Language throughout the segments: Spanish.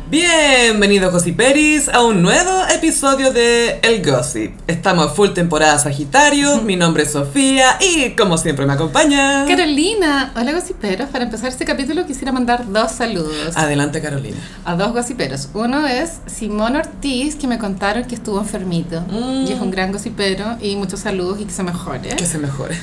Bienvenidos Gossiperis a un nuevo episodio de El Gossip. Estamos full temporada Sagitario, mi nombre es Sofía y como siempre me acompaña Carolina. Hola gossiperos, para empezar este capítulo quisiera mandar dos saludos. Adelante Carolina. A dos gossiperos. Uno es Simón Ortiz, que me contaron que estuvo enfermito y es un gran gossipero, y muchos saludos y que se mejore. Que se mejore.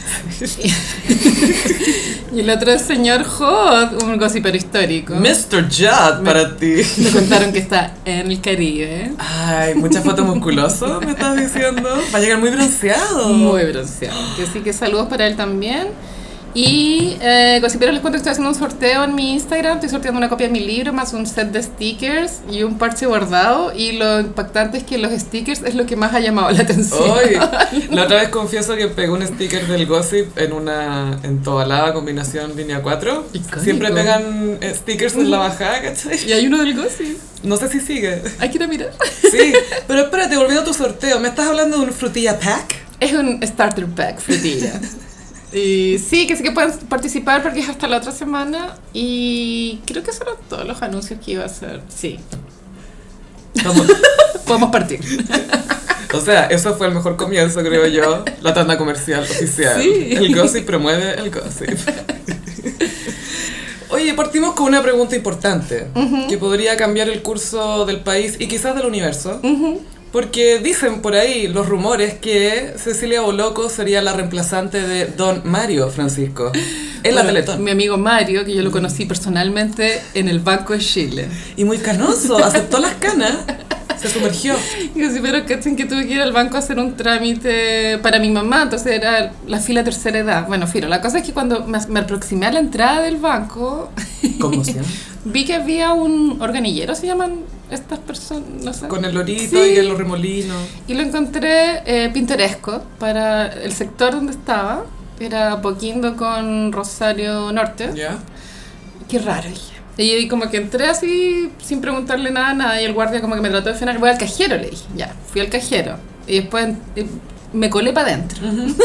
Y el otro es señor Hot, un gossipero histórico. Mr. Judd para ti. Me contaron que está en el Caribe. Ay, mucha foto musculoso, me estás diciendo. Va a llegar muy bronceado. Muy bronceado. Así que saludos para él también. Y gossiperos, les cuento que estoy haciendo un sorteo en mi Instagram. Estoy sorteando una copia de mi libro más un set de stickers y un parche bordado. Y lo impactante es que los stickers es lo que más ha llamado la atención. Hoy, la otra vez confieso que pegué un sticker del Gossip en una entobalada combinación línea 4. Icónico. Siempre pegan stickers en la bajada, ¿cachai? Y hay uno del gossip. No sé si sigue. Hay que ir a mirar. Sí, pero espérate, volviendo a tu sorteo, ¿me estás hablando de un frutilla pack? Es un starter pack, frutilla. Y sí que pueden participar porque es hasta la otra semana. Y creo que esos eran todos los anuncios que iba a hacer. Sí. Podemos partir. O sea, eso fue el mejor comienzo, creo yo. La tanda comercial oficial. Sí. El Gossip promueve el Gossip. Oye, partimos con una pregunta importante que podría cambiar el curso del país y quizás del universo. Porque dicen por ahí los rumores que Cecilia Boloco sería la reemplazante de Don Mario Francisco en la Teletón. Mi amigo Mario, que yo lo conocí personalmente en el Banco de Chile. Y muy canoso, aceptó las canas, se sumergió. Y así, pero cachen que tuve que ir al banco a hacer un trámite para mi mamá, entonces era la fila tercera edad. Bueno, filo, la cosa es que cuando me aproximé a la entrada del banco, Conmoción. vi que había un organillero, se llaman estas personas, no sé. Con el lorito Sí. y el remolino. Y lo encontré pintoresco para el sector donde estaba. Era Poquindo con Rosario Norte. ¿Ya? Qué raro, dije. Y como que entré así sin preguntarle nada, y el guardia como que me trató de frenar. Voy al cajero, le dije. Ya, fui al cajero. Y después me colé para adentro.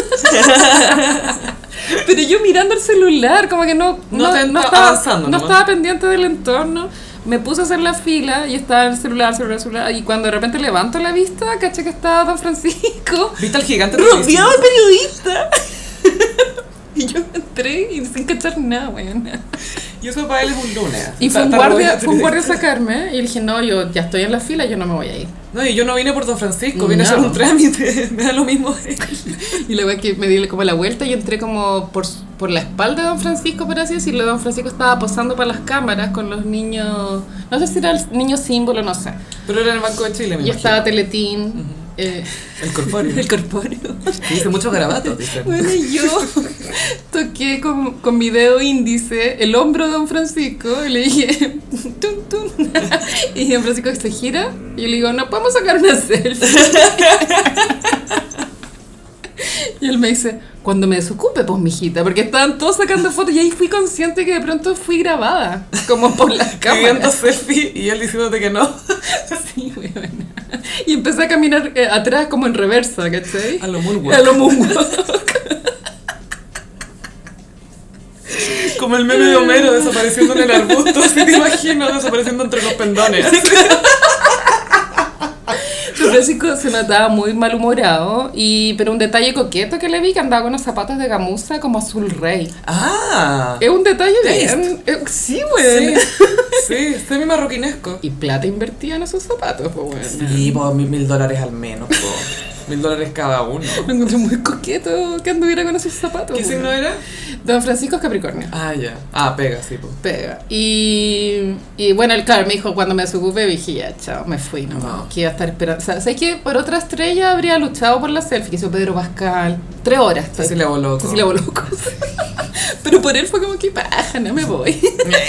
Pero yo mirando el celular, como que no estaba pendiente del entorno. Me puse a hacer la fila y estaba el celular. Y cuando de repente levanto la vista, caché que estaba Don Francisco. ¿Viste al gigante? ¡Rodeado de periodistas! Y yo entré y sin cachar nada, weón. Y eso para él es un lunes. Y fue un guardia a sacarme. Y le dije, no, yo ya estoy en la fila, yo no me voy a ir. No, y yo no vine por Don Francisco, vine a hacer un trámite. Me da lo mismo. Y luego que me di como la vuelta y entré como por la espalda de Don Francisco, por así decirlo. Don Francisco estaba posando para las cámaras con los niños. No sé si era el niño símbolo, no sé. Pero era en el Banco de Chile, me Y imagino. estaba Teletín. El corpóreo. El corpóreo. Y hice muchos garabatos, dicen. Bueno, y yo toqué con mi dedo índice el hombro de Don Francisco y le dije, tum, tum. Y Don Francisco se gira y yo le digo, no podemos sacar una selfie. Y él me dice, cuando me desocupe, pues mijita, porque estaban todos sacando fotos y ahí fui consciente que de pronto fui grabada, como por las Pidiendo cámaras. selfie y él diciéndote que no. Sí, bueno. Y empecé a caminar atrás como en reversa, ¿cachai? A lo moonwalk. A lo moonwalk. Como el meme de Homero desapareciendo en el arbusto, así te imagino, desapareciendo entre los pendones. Don Francisco se notaba muy malhumorado, pero un detalle coqueto que le vi, que andaba con unos zapatos de gamuza como azul rey. Ah. Es un detalle Taste. bien... sí, güey. Sí, semi marroquinesco. Y plata invertida en esos zapatos, pues, güey. Sí, pues $1,000 al menos, po. $1,000 cada uno. Me encontré muy coqueto que anduviera con esos zapatos. ¿Qué güey. signo era? Don Francisco es Capricornio. Ah, ya. Ah, pega, sí, pues. Pega. Y bueno, el claro me dijo, cuando me desocupe, dije, ya, chao, me fui, no. Que iba a estar esperando. O sea, ¿sabes qué? Por otra estrella habría luchado por la selfie, que hizo Pedro Pascal. 3 horas. Cecilia Boloco. Cecilia Boloco. Pero por él fue como que paja, no me voy.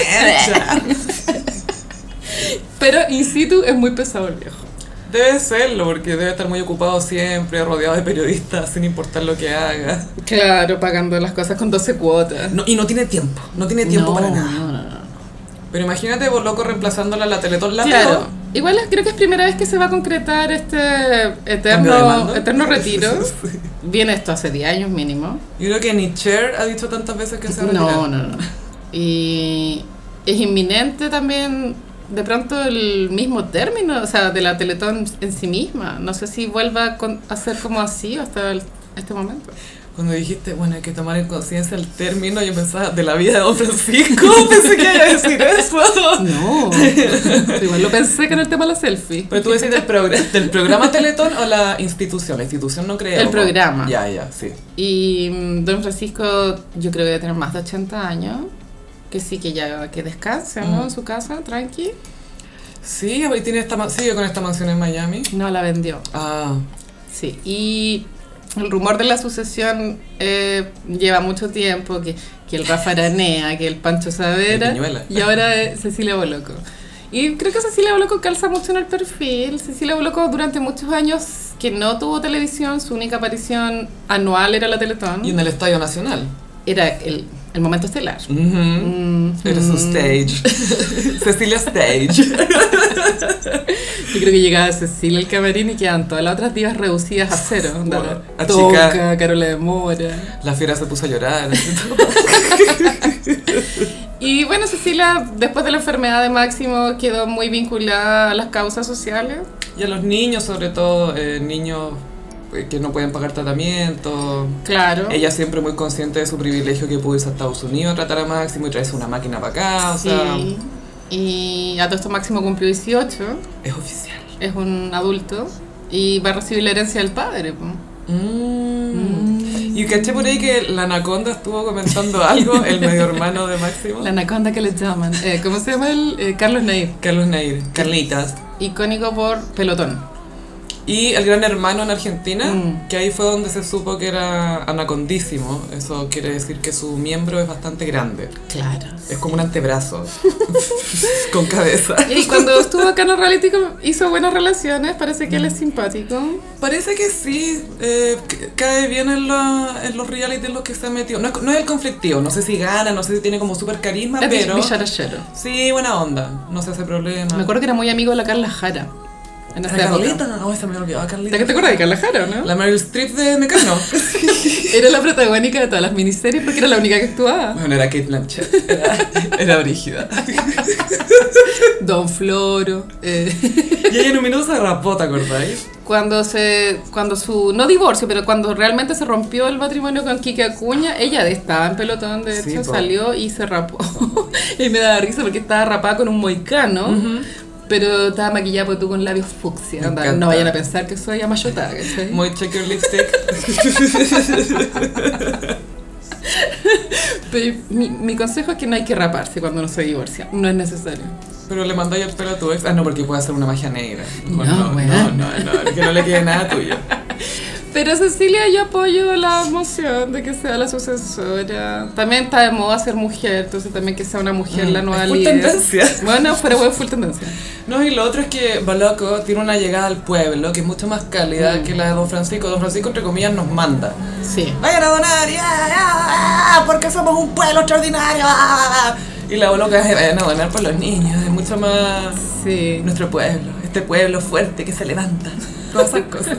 Pero in situ es muy pesado el viejo. Debe serlo, porque debe estar muy ocupado siempre, rodeado de periodistas, sin importar lo que haga. Claro, pagando las cosas con 12 cuotas. No, y no tiene tiempo para nada. No. Pero imagínate Boloco reemplazándola a la Teletón. Claro. Igual creo que es primera vez que se va a concretar este eterno retiro. Sí. Viene esto hace 10 años mínimo. Yo creo que ni Cher ha dicho tantas veces que se va a retirar. No. Y es inminente también de pronto el mismo término, o sea, de la Teletón en sí misma. No sé si vuelva a ser como así hasta este momento. Cuando dijiste, bueno, hay que tomar en conciencia el término, yo pensaba, de la vida de Don Francisco, pensé que iba a decir eso. No, igual lo pensé con el tema de la selfie. Pero tú decís del programa Teletón o la institución no creo. El programa. Ya, sí. Y Don Francisco yo creo que debe tener más de 80 años, que sí, que descanse, ¿no? En su casa, tranqui. Sí, y sigue con esta mansión en Miami. No, la vendió. Ah. Sí, y el rumor de la sucesión lleva mucho tiempo, que el Rafa Aranea, que el Pancho Saavedra, y ahora es Cecilia Boloco. Y creo que Cecilia Boloco calza mucho en el perfil. Cecilia Boloco durante muchos años que no tuvo televisión, su única aparición anual era la Teletón. Y en el Estadio Nacional. Era el momento estelar. Era su stage. Cecilia Stage. Yo creo que llegaba Cecilia al camarín y quedaban todas las otras divas reducidas a cero. A Toca, chica. Carola de Mora. La fiera se puso a llorar. Y bueno, Cecilia, después de la enfermedad de Máximo, quedó muy vinculada a las causas sociales. Y a los niños, sobre todo, niños que no pueden pagar tratamiento. Claro. Ella siempre muy consciente de su privilegio que pudo irse a Estados Unidos a tratar a Máximo y traerse una máquina para acá, o sea... Y a todo esto Máximo cumplió 18. Es oficial. Es un adulto y va a recibir la herencia del padre. Y caché por ahí que la Anaconda estuvo comentando algo, el medio hermano de Máximo. La Anaconda que le llaman. ¿Cómo se llama él? Carlos Nair. Carlos Nair. Carlitas. Icónico por Pelotón. Y el Gran Hermano en Argentina, que ahí fue donde se supo que era anacondísimo. Eso quiere decir que su miembro es bastante grande. Claro. Es como un antebrazo con cabeza. Y cuando estuvo acá en el reality hizo buenas relaciones, parece que él es simpático. Parece que sí, cae bien en los reality en los que se ha metido. No es el conflictivo, no sé si gana, no sé si tiene como súper carisma, pero... Es bicharachero. Sí, buena onda, no se hace problema. Me acuerdo que era muy amigo de la Carla Jara. En esa Carlita, no, esa me olvidaba, Carlita. ¿Te acuerdas de Carla Jara, no? La Meryl Streep de Mecano. Era la protagónica de todas las miniseries porque era la única que actuaba. Bueno, era Kate Blanchett, era brígida. Don Floro. Y ella en un minuto se rapó, ¿te acordáis? Cuando su, no divorcio, pero cuando realmente se rompió el matrimonio con Kike Acuña, ella estaba en Pelotón, de hecho, salió y se rapó. Y me daba risa porque estaba rapada con un moicano. Pero estaba maquillada porque tú con labios fucsia. No vayan a pensar que soy amayotada, ¿cachai? Muy check your lipstick. Pero mi consejo es que no hay que raparse cuando uno se divorcia. No es necesario. Pero le mandáis el pelo a tu ex. Ah, no, porque puede hacer una magia negra. No, que no le quede nada tuyo. Pero Cecilia, yo apoyo la moción de que sea la sucesora. También está de moda ser mujer, entonces también que sea una mujer la nueva líder. Full tendencia. Bueno, fuera web full tendencia. No, y lo otro es que Boloco tiene una llegada al pueblo que es mucho más cálida que la de Don Francisco. Don Francisco, entre comillas, nos manda. Sí. Vayan a donar, porque somos un pueblo extraordinario. Y la Boloca es vayan a donar por los niños, es mucho más nuestro pueblo, este pueblo fuerte que se levanta. Todas esas cosas.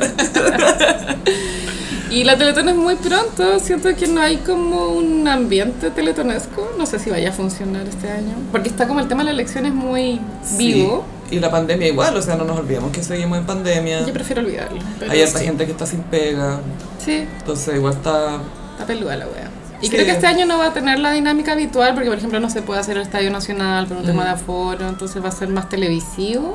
Y la Teletón es muy pronto, siento que no hay como un ambiente teletonesco, no sé si vaya a funcionar este año, porque está como el tema de las elecciones muy vivo. Sí. Y la pandemia igual, o sea, no nos olvidemos que seguimos en pandemia. Yo prefiero olvidarlo. Hay harta gente que está sin pega. Sí. Entonces igual está peluda la wea. Y creo que este año no va a tener la dinámica habitual, porque por ejemplo no se puede hacer el Estadio Nacional por un tema de aforo, entonces va a ser más televisivo.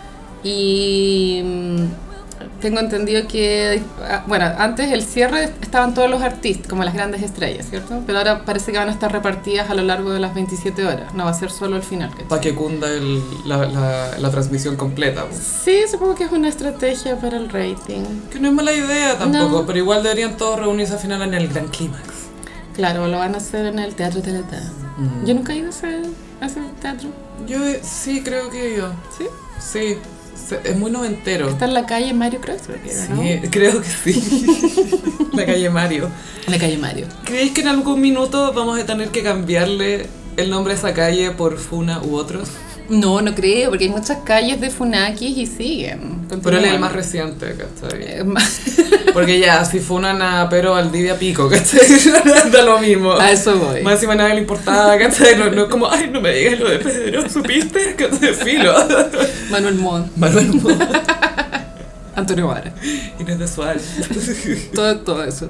Y tengo entendido que, bueno, antes el cierre estaban todos los artistas, como las grandes estrellas, ¿cierto? Pero ahora parece que van a estar repartidas a lo largo de las 27 horas, no va a ser solo el final. Para que cunda la transmisión completa. Sí, supongo que es una estrategia para el rating. Que no es mala idea tampoco, pero igual deberían todos reunirse al final en el gran clímax. Claro, lo van a hacer en el Teatro Teletón. Yo nunca he ido a ese teatro. Yo sí creo que he ido. ¿Sí? Sí. Es muy noventero. Está en la calle Mario Kreuzberg, ¿no? Sí, creo que sí. La calle Mario. La calle Mario. ¿Creéis que en algún minuto vamos a tener que cambiarle el nombre a esa calle por Funa u otros? No, no creo, porque hay muchas calles de Funakis y siguen. Pero él es el más reciente, ¿cachai? Porque ya, si funan a Pedro Valdivia, pico, ¿cachai? Da lo mismo. A eso voy. Más encima a nadie le importaba, ¿cachai? No es como, ay, no me digas lo de Pedro, ¿supiste? ¿Cachai? Filo. Manuel Montt. Antonio Vara. Inés de Suárez. Todo eso.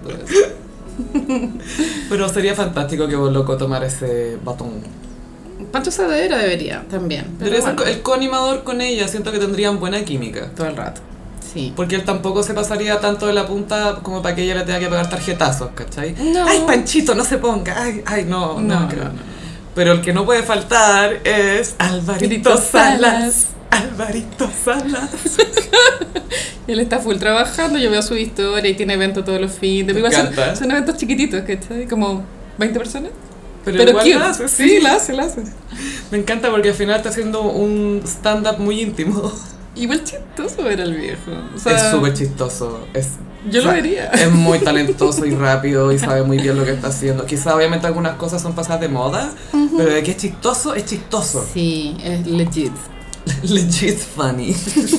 Pero sería fantástico que vos, loco, tomara ese batón. Pancho Saavedra debería también. Debería Pero ser el coanimador con ella, siento que tendrían buena química. todo el rato. Sí. Porque él tampoco se pasaría tanto de la punta como para que ella le tenga que pagar tarjetazos, ¿cachai? No. Ay, Panchito, no se ponga. Ay, no. No. Pero el que no puede faltar es Alvarito Salas. Alvarito Salas. Él está full trabajando, yo veo su historia y tiene eventos todos los fines. Me Igual encanta. son eventos chiquititos, ¿cachai? Como 20 personas. Pero igual cute. la hace, Sí, la hace. Me encanta porque al final está haciendo un stand-up muy íntimo. Igual chistoso ver al viejo. O sea, Es súper chistoso. Yo lo vería. Es muy talentoso y rápido y sabe muy bien lo que está haciendo. Quizá obviamente algunas cosas son pasadas de moda, pero de que es chistoso, es chistoso. Sí, es legit. Legit funny.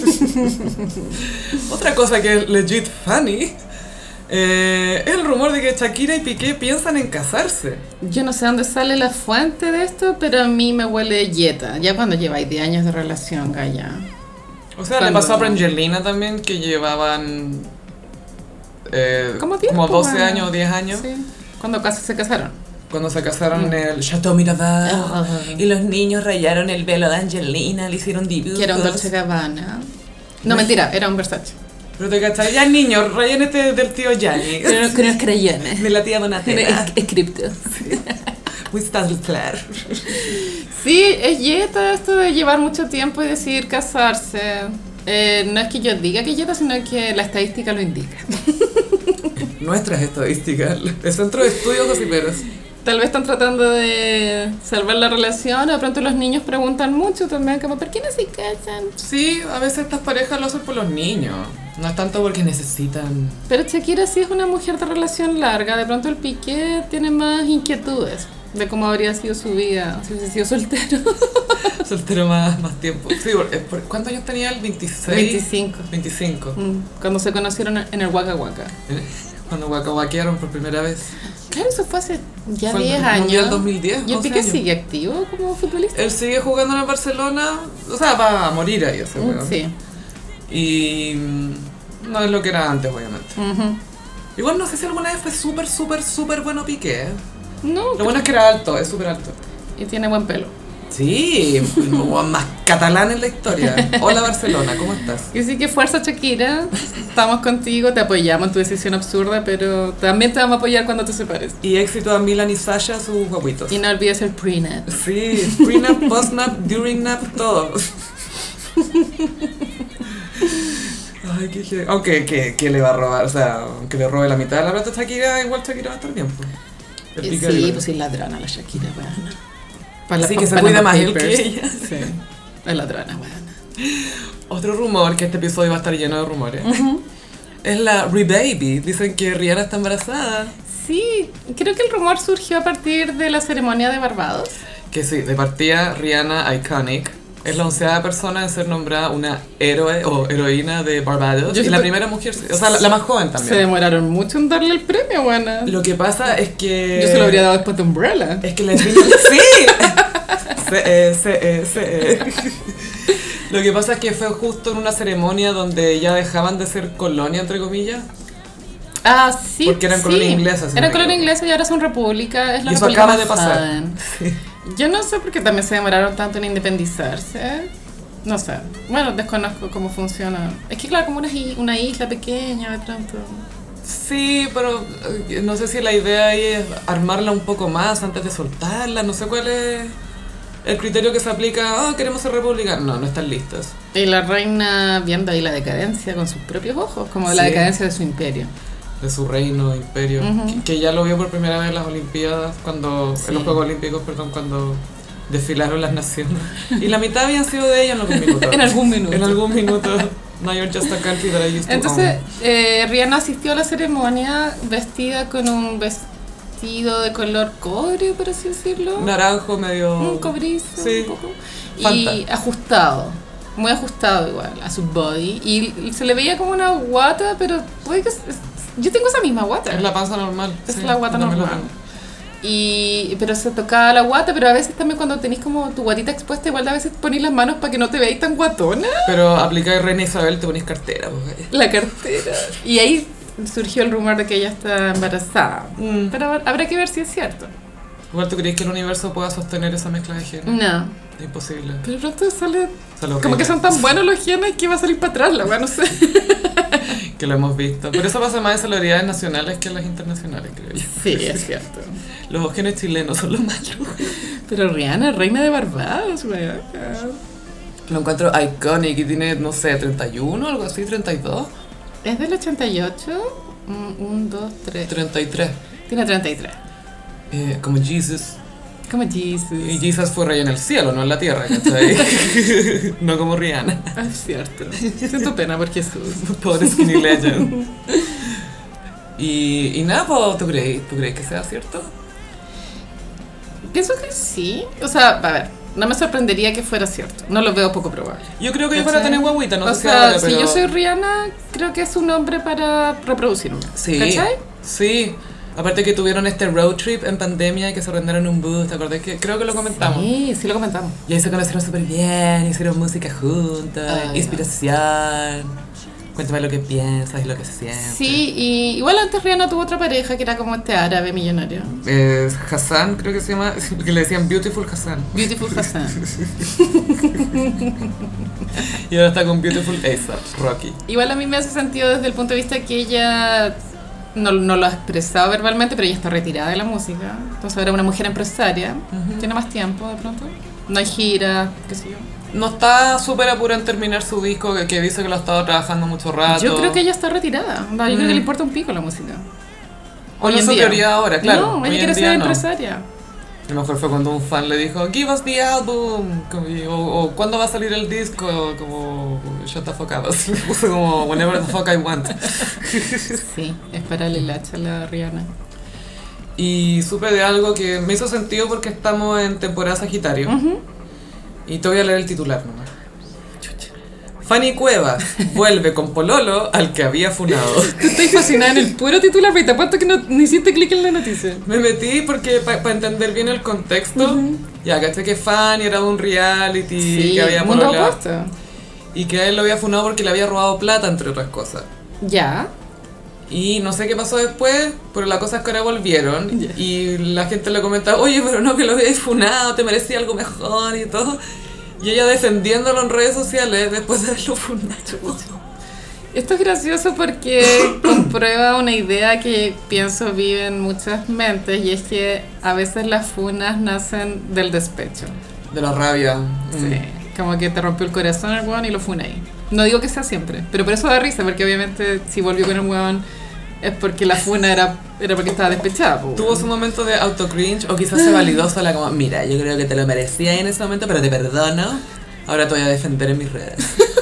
Otra cosa que es legit funny es el rumor de que Shakira y Piqué piensan en casarse. Yo no sé dónde sale la fuente de esto, pero a mí me huele yeta. Ya cuando lleváis 10 años de relación, Gaya. O sea, le pasó a Brangelina también, que llevaban ¿Cómo 10? como 12 años o 10 años. Sí. Cuando casi se casaron. Cuando se casaron en el Chateau Miraval y los niños rayaron el velo de Angelina, le hicieron dibujos. Que era un Dolce Gabbana. No, mentira, era un Versace. Pero te cachai, ya niños, rayen este del tío Gianni. Con los crayones. De la tía Donatella. Escriptos. Muy claro. Sí, es yeta esto de llevar mucho tiempo y decidir casarse. No es que yo diga que es yeta, sino que la estadística lo indica. Nuestras estadísticas. El Centro de Estudios Gossiperos. Tal vez están tratando de salvar la relación, o de pronto los niños preguntan mucho también, como, ¿por qué no se casan? Sí, a veces estas parejas lo hacen por los niños. No es tanto porque necesitan... Pero Shakira sí es una mujer de relación larga, de pronto el Piqué tiene más inquietudes de cómo habría sido su vida si hubiese sido soltero. Soltero más tiempo. Sí, ¿cuántos años tenía él? ¿26? 25. Cuando se conocieron en el Waka Waka. Cuando guacahuaquearon por primera vez. Claro, eso fue hace ya Fue el 10 años. Mundial 2010, ¿Y el 11 Piqué años. sigue activo como futbolista? Él sigue jugando en el Barcelona, o sea, va a morir ahí ese weón. Sí. Y no es lo que era antes, obviamente. Ujú. Igual no sé si alguna vez fue súper bueno Piqué. No, Lo bueno es que era alto, es súper alto. y tiene buen pelo. Sí, el más catalán en la historia. Hola Barcelona, ¿cómo estás? Y sí que fuerza Shakira, estamos contigo, te apoyamos en tu decisión absurda, pero también te vamos a apoyar cuando te separes. Y éxito a Milan y Sasha, sus guaguitos. Y no olvides el prenup. Sí, pre-nap, post-nap, during-nap, todo. Ay, qué heavy. Aunque que le va a robar, o sea, aunque le robe la mitad de la plata a Shakira, igual Shakira va a estar bien. Pues. El Piqué Sí, libre. pues sí, ladrona la Shakira, weón. Sí, que se cuida más él que Papers. ella. Sí, es ladrona, weón. Otro rumor, que este episodio va a estar lleno de rumores, es la Rebaby. Dicen que Rihanna está embarazada. Sí, creo que el rumor surgió a partir de la ceremonia de Barbados. Que sí, de partida Rihanna Iconic es la 11ª persona en ser nombrada una héroe o heroína de Barbados. Yo Y la siento- primera mujer, o sea, la más joven Se también. demoraron mucho en darle el premio, buena. Lo que pasa es que... Yo se lo habría dado después de Umbrella. Es que les niñas... ¡Sí! Lo que pasa es que fue justo en una ceremonia donde ya dejaban de ser colonia, entre comillas. Ah, sí. Porque eran sí. colonia inglesa, si no Eran me colonia equivoco. inglesa y ahora son república. Es la Y eso república acaba de más pasar. joven. Sí. Yo no sé por qué también se demoraron tanto en independizarse. No sé. Bueno, desconozco cómo funciona. Es que claro, como una isla pequeña de pronto. Sí, pero no sé si la idea ahí es armarla un poco más antes de soltarla. No sé cuál es el criterio que se aplica. Oh, queremos ser república. No están listos. Y la reina viendo ahí la decadencia con sus propios ojos, como la Sí. decadencia de su imperio. De su reino, imperio. Que ya lo vio por primera vez en las Olimpiadas, Sí. en los Juegos Olímpicos, perdón, cuando desfilaron las naciones. Y la mitad habían sido de ella en algún minuto. En algún minuto. En algún minuto. Now you're just a country that I used to Entonces, own. Rihanna asistió a la ceremonia vestida con un vestido de color cobre, por así decirlo. Naranjo, medio... Un cobrizo, Sí. un poco. Fanta. Y ajustado. Muy ajustado igual a su body. Y se le veía como una guata, pero puede que Yo tengo esa misma guata. Es la panza normal. Es sí, la guata también lo normal. tengo. Pero se tocaba la guata, pero a veces también cuando tenés como tu guatita expuesta, igual a veces ponís las manos para que no te veáis tan guatona. Pero aplicáis Reina Isabel, te ponís cartera. Pues. La cartera. Y ahí surgió el rumor de que ella está embarazada. Pero habrá que ver si es cierto. Igual, ¿tú crees que el universo pueda sostener esa mezcla de genes? No. Es imposible. Pero de pronto sale... Sale Como que son tan buenos los genes que va a salir para atrás, la weá, no sé. Que lo hemos visto. Pero eso pasa más en celebridades nacionales que en las internacionales, creo yo. Sí, es cierto. Los genes chilenos son los malos. Pero Rihanna, reina de Barbados, weá. Lo encuentro iconic y tiene, no sé, 31, algo así, 32. ¿Es del 88? 1, 2, 3. 33. Tiene 33. Como Jesus. Como Jesus. Y Jesus fue rey en el cielo, no en la tierra, ¿cachai? No como Rihanna. Ah, es cierto. Siento pena por Jesús. Pobre Skinny Legend. Y nada, pues, ¿tú crees que sea cierto? Pienso que sí. O sea, a ver, no me sorprendería que fuera cierto. No lo veo poco probable. Yo creo que yo fuera a tener guaguita, no o sé sea, ahora, si pero... yo soy Rihanna, creo que es un nombre para reproducirme. Sí, ¿cachai? sí. Aparte que tuvieron este road trip en pandemia, que se arrendaron un bus, ¿te acordás? Que creo que lo comentamos. Sí, sí lo comentamos. Y ahí se conocieron súper bien, hicieron música juntos, inspiración. Cuéntame lo que piensas y lo que sientes. Sí, y igual antes Rihanna tuvo otra pareja que era como este árabe millonario. Hassan, creo que se llama, que le decían Beautiful Hassan. Beautiful Hassan. Y ahora está con Beautiful A$AP Rocky. Igual a mí me hace sentido desde el punto de vista que ella no lo ha expresado verbalmente, pero ella está retirada de la música. Entonces ahora es una mujer empresaria, tiene más tiempo de pronto. No hay gira, qué sé yo. No está súper apurada en terminar su disco, que dice que lo ha estado trabajando mucho rato. Yo creo que ella está retirada. No, yo creo que le importa un pico la música. O no es su prioridad ahora, claro. No, ella quiere ser empresaria. A lo mejor fue cuando un fan le dijo, give us the album, o ¿cuándo va a salir el disco? Como, shut the fuck up, así puso como, whenever the fuck I want. Sí, es para el hacha la Rihanna. Y supe de algo que me hizo sentido porque estamos en temporada Sagitario. Y te voy a leer el titular nomás. Fanny Cuevas vuelve con pololo al que había funado. Estoy fascinada en el puro titular, pero te apuesto que ni hiciste clic en la noticia. Me metí porque para entender bien el contexto, ya caché que Fanny era de un reality, sí, que había mundo pololeado, opuesto. y que a él lo había funado porque le había robado plata, entre otras cosas. Ya. Y no sé qué pasó después, pero la cosa es que ahora volvieron y la gente le comentaba, oye, pero no, que lo habíais funado, te merecía algo mejor y todo. Y ella defendiéndolo en redes sociales después de haberlo funado. Esto es gracioso porque comprueba una idea que pienso vive en muchas mentes, y es que a veces las funas nacen del despecho. De la rabia. Sí, como que te rompió el corazón el weón y lo funa ahí. No digo que sea siempre, pero por eso da risa, porque obviamente si volvió con el weón es porque la funa era porque estaba despechada. Tuvo su momento de auto-cringe, o quizás se validó sola como, mira, yo creo que te lo merecía en ese momento, pero te perdono, ahora te voy a defender en mis redes.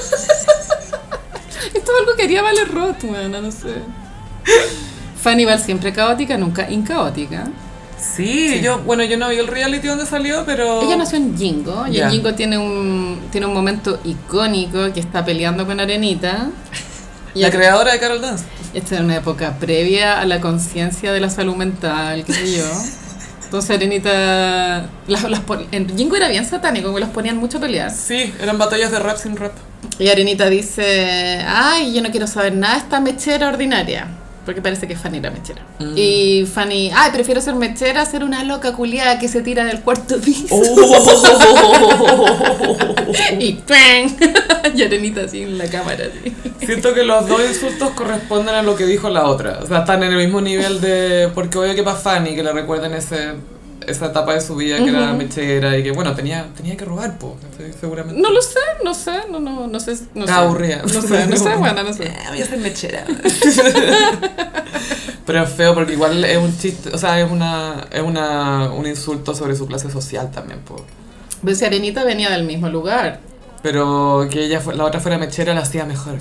Esto es algo que haría Vale Roth, bueno, no sé. Fanny Val siempre caótica, nunca incaótica. Sí, yo no vi el reality donde salió, pero... Ella nació en Jingo, y en Jingo tiene un momento icónico que está peleando con Arenita. La creadora de Carol Dance. Esta era una época previa a la conciencia de la salud mental, qué sé yo. Entonces Arenita... en Jingo era bien satánico, como los ponían mucho a pelear. Sí, eran batallas de rap sin rap. Y Arenita dice, ay, yo no quiero saber nada de esta mechera ordinaria. Porque parece que Fanny era mechera. Y Fanny, ay, prefiero ser mechera a ser una loca culiada que se tira del cuarto piso. Y ¡twang! Y Arenita así en la cámara. Así. Siento que los dos insultos corresponden a lo que dijo la otra. O sea, están en el mismo nivel de... Porque obvio que para Fanny, que le recuerden esa etapa de su vida que era mechera y que, bueno, tenía que robar, seguramente. No lo sé, no sé. Está aburrida. No sé, bueno, no sé. Voy a ser mechera. Pero es feo porque igual es un chiste, o sea, es un insulto sobre su clase social también, po. Pues si Arenita venía del mismo lugar. Pero que la otra fuera mechera la hacía mejor,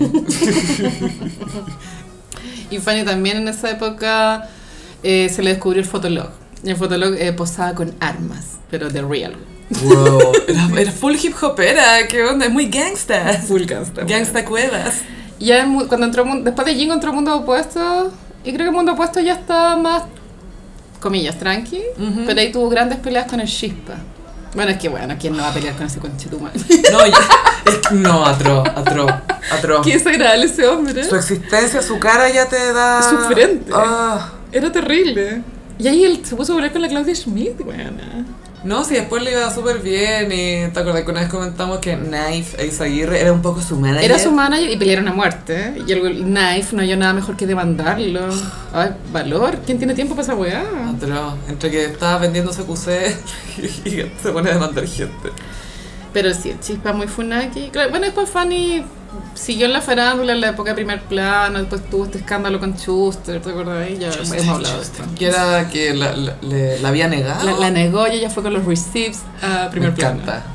Y Fanny también en esa época se le descubrió el Fotolog. Y el Fotolog posaba con armas, pero de real. Wow, era full hip hopera, ¿qué onda? Es muy gangsta. Full gangsta. Gangsta Cuevas. Ya cuando entró, después de Jingo entró Mundo Opuesto, y creo que Mundo Opuesto ya está más, comillas, tranqui, pero ahí tuvo grandes peleas con el Chispa. Bueno, es que bueno, ¿quién no va a pelear con ese conchetumal? No, atro. Qué desagradable ese hombre. Su existencia, su cara ya te da... Su frente. Era terrible. Y ahí él se puso a pelear con la Claudia Schmidt, buena. No, si después le iba súper bien y te acordás que una vez comentamos que Knife, Eizaguirre, era un poco su manager. Era su manager y pelearon a muerte. Y el Knife no halló nada mejor que demandarlo. Ay, valor. ¿Quién tiene tiempo para esa weá? Atro, entre que estaba vendiendo CQC y se pone a demandar gente. Pero sí, el Chispa muy funaki. Claro, bueno, después Fanny siguió en la farándula en la época de Primer Plano, después tuvo este escándalo con Schuster, ¿te acuerdas? Ya hemos hablado de esto. Que era que la había negado. La negó y ella fue con los receipts a Primer Plano. Me encanta.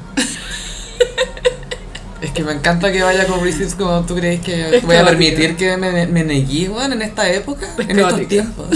Es que me encanta que vaya con receipts como tú crees que voy a permitir que me negué, bueno, en esta época, en estos tiempos.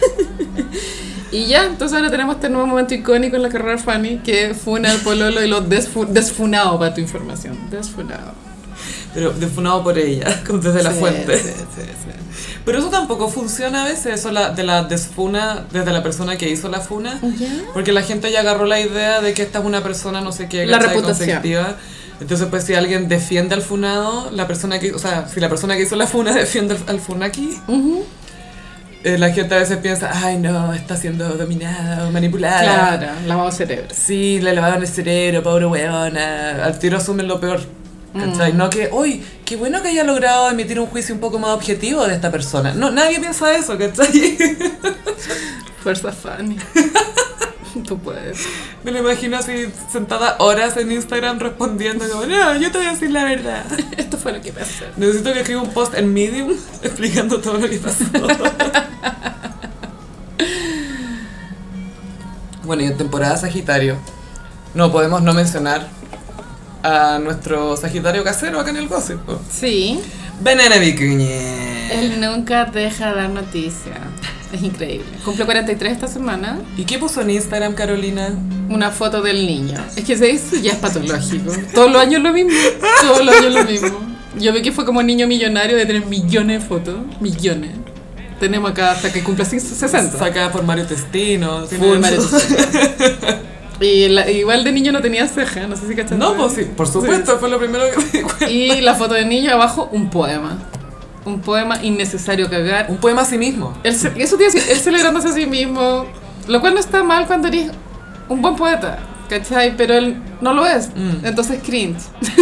Y ya, entonces ahora tenemos este nuevo momento icónico en la carrera de Fanny, que funa al pololo y lo desfunado, para tu información. Desfunado. Pero desfunado por ella, como desde la fuente. Sí. Pero eso tampoco funciona a veces, eso de la desfuna desde la persona que hizo la funa. Porque la gente ya agarró la idea de que esta es una persona no sé qué, la reputación. conflictiva. Entonces pues si alguien defiende al funado, si la persona que hizo la funa defiende al funaki, la gente a veces piensa, ay no, está siendo dominada o manipulada. Claro, lavado de cerebro. Sí, le lavaron el cerebro, pobre weona. Al tiro asumen lo peor. ¿Cachai? No que, uy, qué bueno que haya logrado emitir un juicio un poco más objetivo de esta persona. No, nadie piensa eso, ¿cachai? Fuerza Fanny. Tú puedes. Me lo imagino así, sentada horas en Instagram respondiendo como, no, yo te voy a decir la verdad. Esto fue lo que pasó. Necesito que escriba un post en Medium explicando todo lo que pasó. Bueno, y en temporada Sagitario, no podemos no mencionar a nuestro Sagitario casero acá en el Gossip. Sí. Banana Vicuña. Él nunca deja de dar noticias. Es increíble. Cumple 43 esta semana. ¿Y qué puso en Instagram, Carolina? Una foto del niño. Es que eso ya es patológico. Todos los años lo mismo. Todos los años lo mismo. Yo vi que fue como niño millonario de tener millones de fotos. Millones. Tenemos acá hasta que cumpla 60. Sacada por Mario Testino. Full Mario Testino. Y igual de niño no tenía ceja, no sé si cachaste. No, pues sí, por supuesto, sí. Fue lo primero que me di cuenta. Y la foto de niño abajo, un poema. Un poema innecesario cagar. Un poema a sí mismo. Eso te iba a decir, él celebrándose a sí mismo. Lo cual no está mal cuando eres un buen poeta, ¿cachai? Pero él no lo es. Entonces cringe.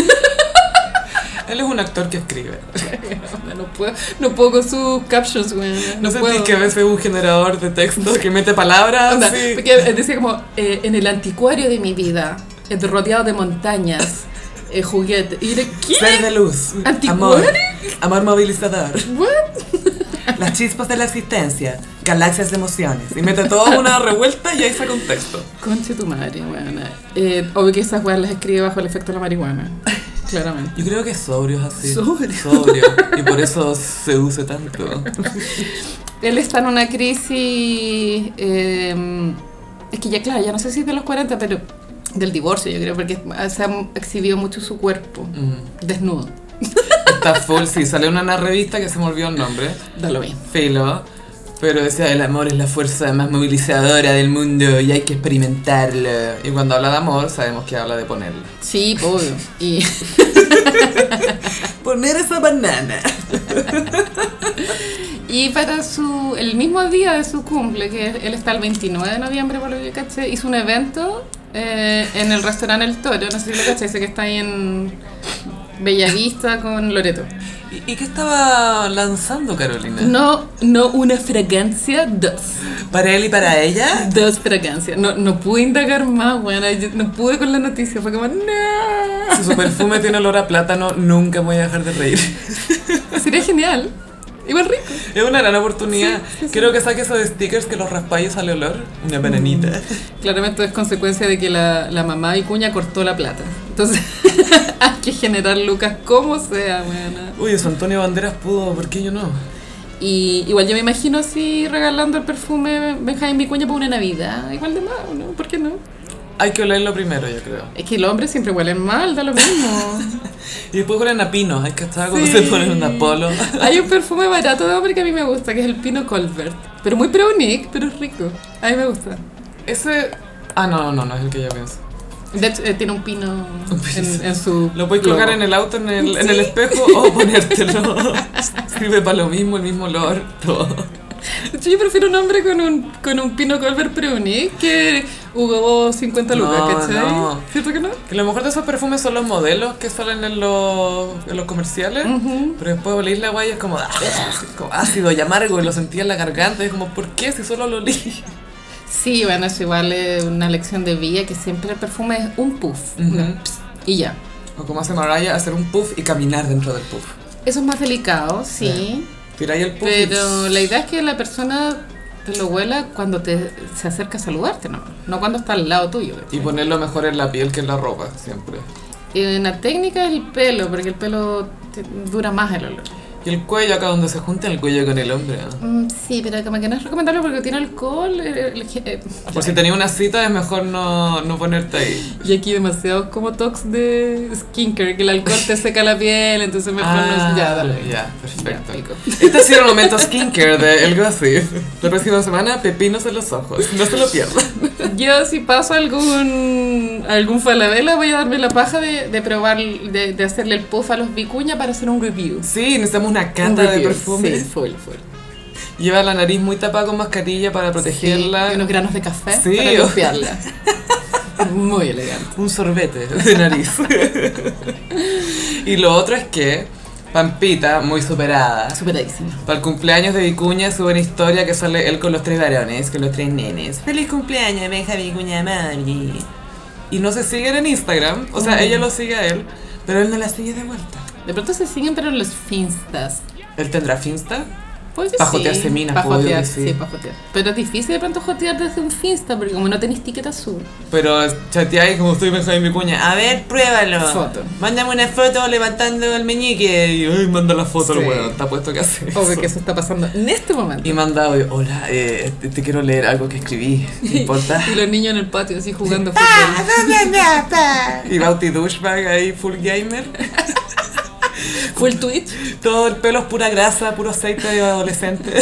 Él es un actor que escribe. No puedo con sus captions, güey. No sentís que a veces es un generador de texto que mete palabras. Onda, sí. Porque decía como, en el anticuario de mi vida, rodeado de montañas, juguete. Y de, ¿qué? Ser de luz. ¿Anticuario? Amor movilizador. ¿What? Las chispas de la existencia. Galaxias de emociones. Y mete toda una revuelta y ahí saca un texto. Conche tu madre, weona. Obvio que esas weas las escribe bajo el efecto de la marihuana. Claramente. Yo creo que es sobrio es así. Sobrio. Y por eso se usa tanto. Él está en una crisis. Es que ya, claro, ya no sé si es de los 40, pero del divorcio, yo creo, porque se ha exhibido mucho su cuerpo desnudo. Está full, sí. Salió una revista que se me olvidó el nombre. Da lo mismo. Filo. Pero decía, el amor es la fuerza más movilizadora del mundo y hay que experimentarlo. Y cuando habla de amor, sabemos que habla de ponerlo. Sí, obvio. Y poner esa banana. Y para el mismo día de su cumple, que él está el 29 de noviembre, por lo que caché, hizo un evento en el restaurante El Toro, no sé si lo caché, sé que está ahí en Bellavista con Loreto. ¿Y qué estaba lanzando, Carolina? No una fragancia, dos. ¿Para él y para ella? Dos fragancias. No pude indagar más, bueno, no pude con la noticia, fue como, no. Si su perfume tiene olor a plátano, nunca voy a dejar de reír. Sería genial. Igual rico. Es una gran oportunidad. Sí. Quiero que saque esos stickers que los raspallos sale olor. Una bananita. Claramente es consecuencia de que la mamá Vicuña cortó la plata. Entonces hay que generar lucas como sea, buena. Uy, eso Antonio Banderas pudo, ¿por qué yo no? Y igual yo me imagino así regalando el perfume Benjamín Vicuña para una Navidad. Igual de mal, ¿no? ¿Por qué no? Hay que olerlo primero, yo creo. Es que los hombres siempre huelen mal, da lo mismo. Y después huelen a pino, hay que estar cuando Sí. se ponen una polo. Hay un perfume barato de hombre que a mí me gusta, que es el Pino Colbert. Pero muy pre-unique, pero es rico. A mí me gusta. Ese... Ah, no es el que yo pienso. De hecho, tiene un pino en su... Lo puedes colgar logo. en el auto, en el espejo, o ponértelo. Sirve para lo mismo, el mismo olor, todo. De hecho, yo prefiero un hombre con un Pino Colbert pre-unique que Hugo Boss 50 lucas, No, ¿cachai? no. ¿Cierto que no? Que lo mejor de esos perfumes son los modelos que salen en los comerciales, pero después olís la guay y es como, como ácido y amargo y lo sentí en la garganta y es como, ¿por qué si solo lo olí? Sí, bueno, es igual una lección de vida que siempre el perfume es un puff. Y ya. O como hace Mariah, hacer un puff y caminar dentro del puff. Eso es más delicado, sí. Tiráis el puff Pero la idea es que la persona te lo huela cuando se acerca a saludarte, no cuando está al lado tuyo. y ponerlo mejor en la piel que en la ropa, siempre. Y una técnica es el pelo, porque el pelo dura más el olor. Y el cuello, acá donde se junta el cuello con el hombre. Sí, pero como que no es recomendable porque tiene alcohol. Por si tenías una cita es mejor no ponerte ahí. Y aquí demasiados como talks de skincare, que el alcohol te seca la piel, entonces mejor no... Ya, dale. Ya, perfecto. Ya, pico. Este ha sido el momento skincare de El Gossip. La próxima semana, pepinos en los ojos. No se lo pierdan. Yo si paso algún Falabella voy a darme la paja de probar, de hacerle el puff a los vicuña para hacer un review. Sí, necesitamos una Un cata de review, perfumes. Sí, full. Lleva la nariz muy tapada con mascarilla para protegerla. Sí, y unos granos de café Sí, para limpiarla. Muy elegante. Un sorbete de nariz. Y lo otro es que Pampita, muy superada, Superadísima. para el cumpleaños de Vicuña sube una historia que sale él con los 3 varones, con los 3 nenes. ¡Feliz cumpleaños, Benja Vicuña Mari! Y no se siguen en Instagram, o sea, ella lo sigue a él, pero él no la sigue de vuelta. De pronto se siguen, pero los finstas. ¿Él tendrá Finsta? Pues que Pa' sí, jotearse minas, pa' pues, obvio jotear, que sí. sí, pa' jotear. Pero es difícil de pronto jotear desde un finsta, porque como no tenés ticket azul. Pero chateáis como estoy Benjamín Vicuña. A ver, pruébalo. Foto. Mándame una foto levantando el meñique. Y ay, manda la foto, Sí. el weón. Está puesto que hace eso. Obvio que eso está pasando en este momento. Y manda hoy, hola, te quiero leer algo que escribí. ¿Te importa? Y los niños en el patio así jugando fútbol. Y Bauti Douchebag ahí, full gamer. Full Twitch. Todo el pelo es pura grasa, puro aceite de adolescente.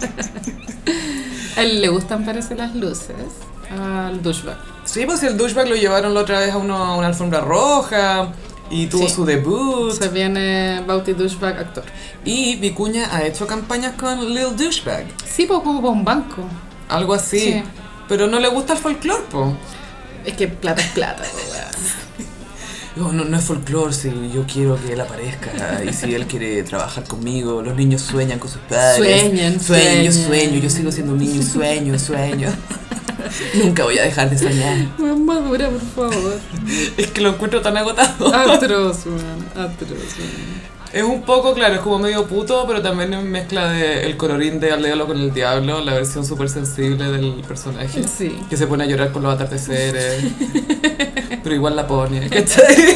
A él le gustan, parece, las luces. Al douchebag. Sí, pues el douchebag lo llevaron la otra vez a una alfombra roja y tuvo Sí. su debut. Se viene Bauti Douchebag actor. Y Vicuña ha hecho campañas con Lil Douchebag. Sí, pues como para un banco. Algo así. Sí. Pero no le gusta el folclore, po. Es que plata es plata, weón. No es folclore, si yo quiero que él aparezca y si él quiere trabajar conmigo, los niños sueñan con sus padres. Sueñan. Yo sigo siendo un niño y sueño. Nunca voy a dejar de soñar. Weón, madura, por favor. Es que lo encuentro tan agotado. Atroz, weón. Atroz, weón. Es un poco, claro, es como medio puto, pero también es mezcla de el colorín de Aléalo con el diablo, la versión súper sensible del personaje. Sí. Que se pone a llorar con los atardeceres. Pero igual la pone, ¿cachai?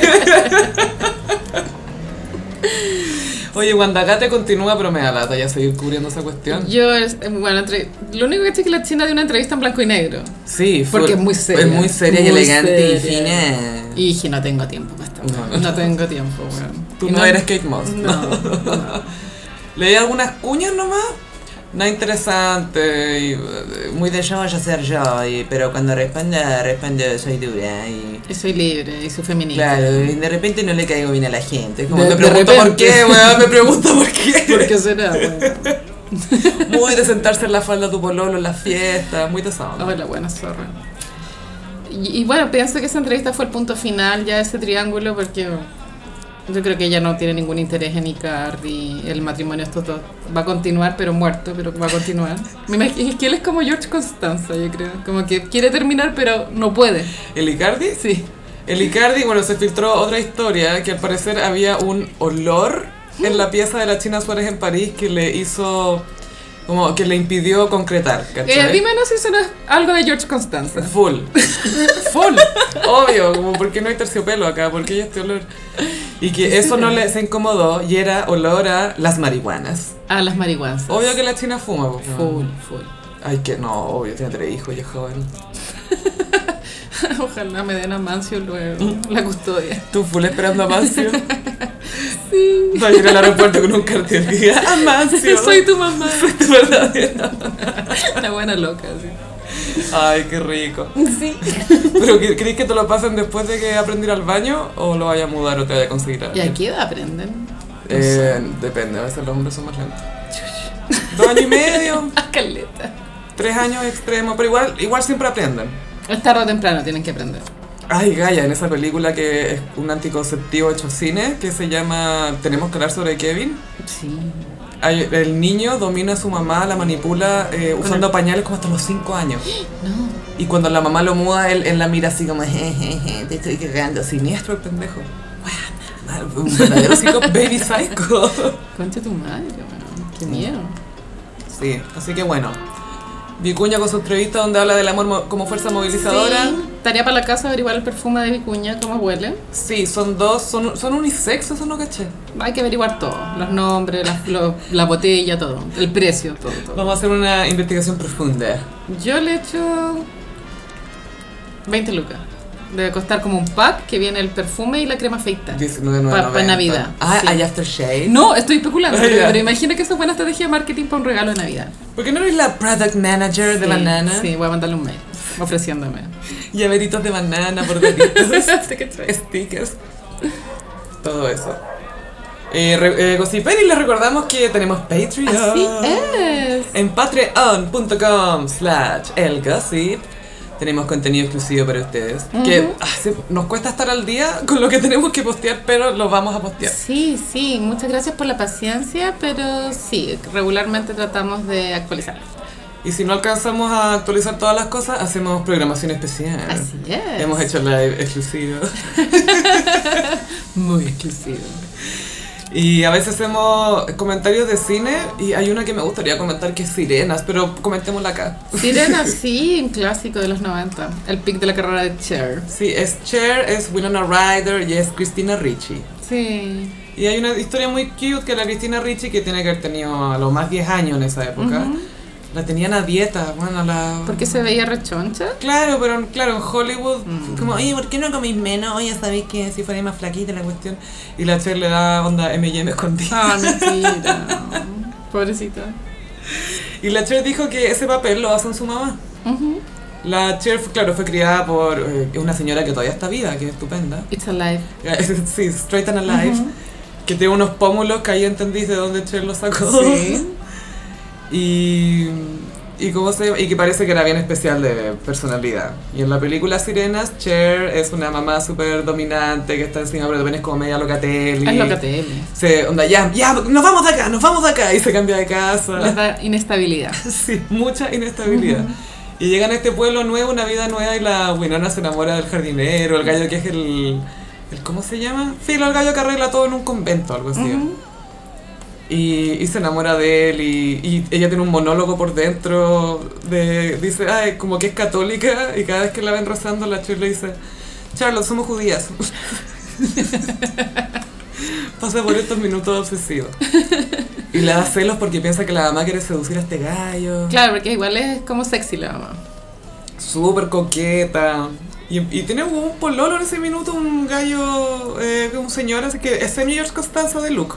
Oye, Guandacate continúa, pero me da lata ya seguir cubriendo esa cuestión. Bueno, lo único que sé es que la China dio una entrevista en blanco y negro. Sí, Porque es muy seria. Es muy seria y Muy elegante seria. y fina. Y dije, no tengo tiempo para esto. No tengo tiempo, weón. Tú Y no eres Kate Moss. No. Leí algunas cuñas nomás. Nada interesante y muy de yo voy a ser yo, pero cuando respondo soy dura Y soy libre y soy feminista. claro, y de repente no le caigo bien a la gente. Como De me pregunto por repente. qué, weón, me pregunto por qué. ¿Por qué será, weón? Muy de sentarse en la falda de tu pololo en las fiestas, muy de esa onda. Ay, la buena zorra. Y bueno, pienso que esa entrevista fue el punto final ya de ese triángulo porque yo creo que ella no tiene ningún interés en Icardi. El matrimonio estos dos va a continuar, pero muerto, pero va a continuar. Es que él es como George Constanza, yo creo. Como que quiere terminar, pero no puede. ¿El Icardi? Sí. El Icardi, bueno, se filtró otra historia que al parecer había un olor en la pieza de la China Suárez en París que le hizo, como que le impidió concretar, ¿cachai? Dime no si eso no es algo de George Constanza. Full, obvio, como porque no hay terciopelo acá, porque hay este olor. Y que eso no le se incomodó y era olor a las marihuanas. A las marihuanas. Obvio que la China fuma, pues, Full. Ay, que no, obvio, tiene 3 hijos y es joven. Ojalá me den a Mancio luego la custodia. Tú full esperando a Mancio. Sí. Va a ir al aeropuerto con un cartel que diga Amancio. Soy tu mamá. Soy tu verdadera. La buena loca, sí. Ay, qué rico. Sí. ¿Pero crees que te lo pasen después de que aprendí ir al baño o lo vaya a mudar o te vaya a conseguir algo? ¿Y a qué edad aprenden? Depende, a veces los hombres son más lentos. 2 años y medio, Caleta. 3 años extremo, pero igual siempre aprenden. Es tarde o temprano, tienen que aprender. Ay, Gaia, en esa película que es un anticonceptivo hecho cine, que se llama Tenemos que hablar sobre Kevin. Sí. El niño domina a su mamá, la manipula usando pañales como hasta los 5 años. No. Y cuando la mamá lo muda, él la mira así como, jejeje, te estoy cagando. Siniestro el pendejo. Bueno, un verdadero baby psycho. Concha tu madre, weón. Qué miedo. Sí, así que bueno. Vicuña con su entrevista donde habla del amor como fuerza movilizadora. Sí. Tarea para la casa, averiguar el perfume de Vicuña, cómo huele. Sí, son dos, son unisex, eso no caché. Hay que averiguar todo. Los nombres, la botella, todo. El precio, todo. Vamos a hacer una investigación profunda. Yo le echo 20 lucas. Debe costar como un pack que viene el perfume y la crema afeitar. 19,90. Para Navidad. Ah, Sí. hay aftershave. No, estoy especulando, Ah, ya. pero imagina que eso es buena estrategia de marketing para un regalo de Navidad. ¿Por qué no eres la product manager de Sí, banana? Sí, voy a mandarle un mail ofreciéndome. Llaveritos de banana, bordaditos, ¿Te cachai? stickers. Todo eso. Gossiperi, les recordamos que tenemos Patreon. Así es. En patreon.com/elgossip tenemos contenido exclusivo para ustedes. Que nos cuesta estar al día con lo que tenemos que postear, pero lo vamos a postear. Sí, sí, muchas gracias por la paciencia, pero sí, regularmente tratamos de actualizar. Y si no alcanzamos a actualizar todas las cosas, hacemos programación especial. Así es. Hemos hecho live exclusivo. Muy exclusivo. Y a veces hacemos comentarios de cine y hay una que me gustaría comentar que es Sirenas, pero comentémosla acá. Sirena, sí, un clásico de los 90. El pic de la carrera de Cher. Sí, es Cher, es Winona Ryder y es Christina Ricci. Sí. Y hay una historia muy cute que la Christina Ricci, que tiene que haber tenido a lo más 10 años en esa época, la tenían a dieta, bueno, ¿Por qué se veía rechoncha? Claro, pero en Hollywood, como, oye, ¿por qué no comís menos? Oye, sabéis que si fuera más flaquita la cuestión. Y la Cher le da onda M&M escondida. Ah, mentira. Pobrecita. Y la Cher dijo que ese papel lo hace su mamá. La Cher, claro, fue criada por una señora que todavía está viva, que es estupenda. It's alive. Sí, straight and alive. Que tiene unos pómulos que ahí entendís de dónde Cher los sacó. Sí. Y que parece que era bien especial de personalidad. Y en la película Sirenas, Cher es una mamá súper dominante que está encima, pero también es como media locatelli. Es locatelli. Onda, ya, nos vamos de acá, y se cambia de casa. Les da inestabilidad. Sí, mucha inestabilidad. Y llegan a este pueblo nuevo, una vida nueva, y la Winona se enamora del jardinero, el gallo que es el ¿cómo se llama? Filo, el gallo que arregla todo en un convento, algo así. Y se enamora de él y ella tiene un monólogo por dentro dice, ay, como que es católica, y cada vez que la ven rozando, la Cher le dice, Charlotte, somos judías. Pasa por estos minutos obsesivos. Y le da celos porque piensa que la mamá quiere seducir a este gallo. Claro, porque igual es como sexy la mamá. Súper coqueta. Y tiene un pololo en ese minuto, un gallo, un señor, así que es semi-George Costanza de look.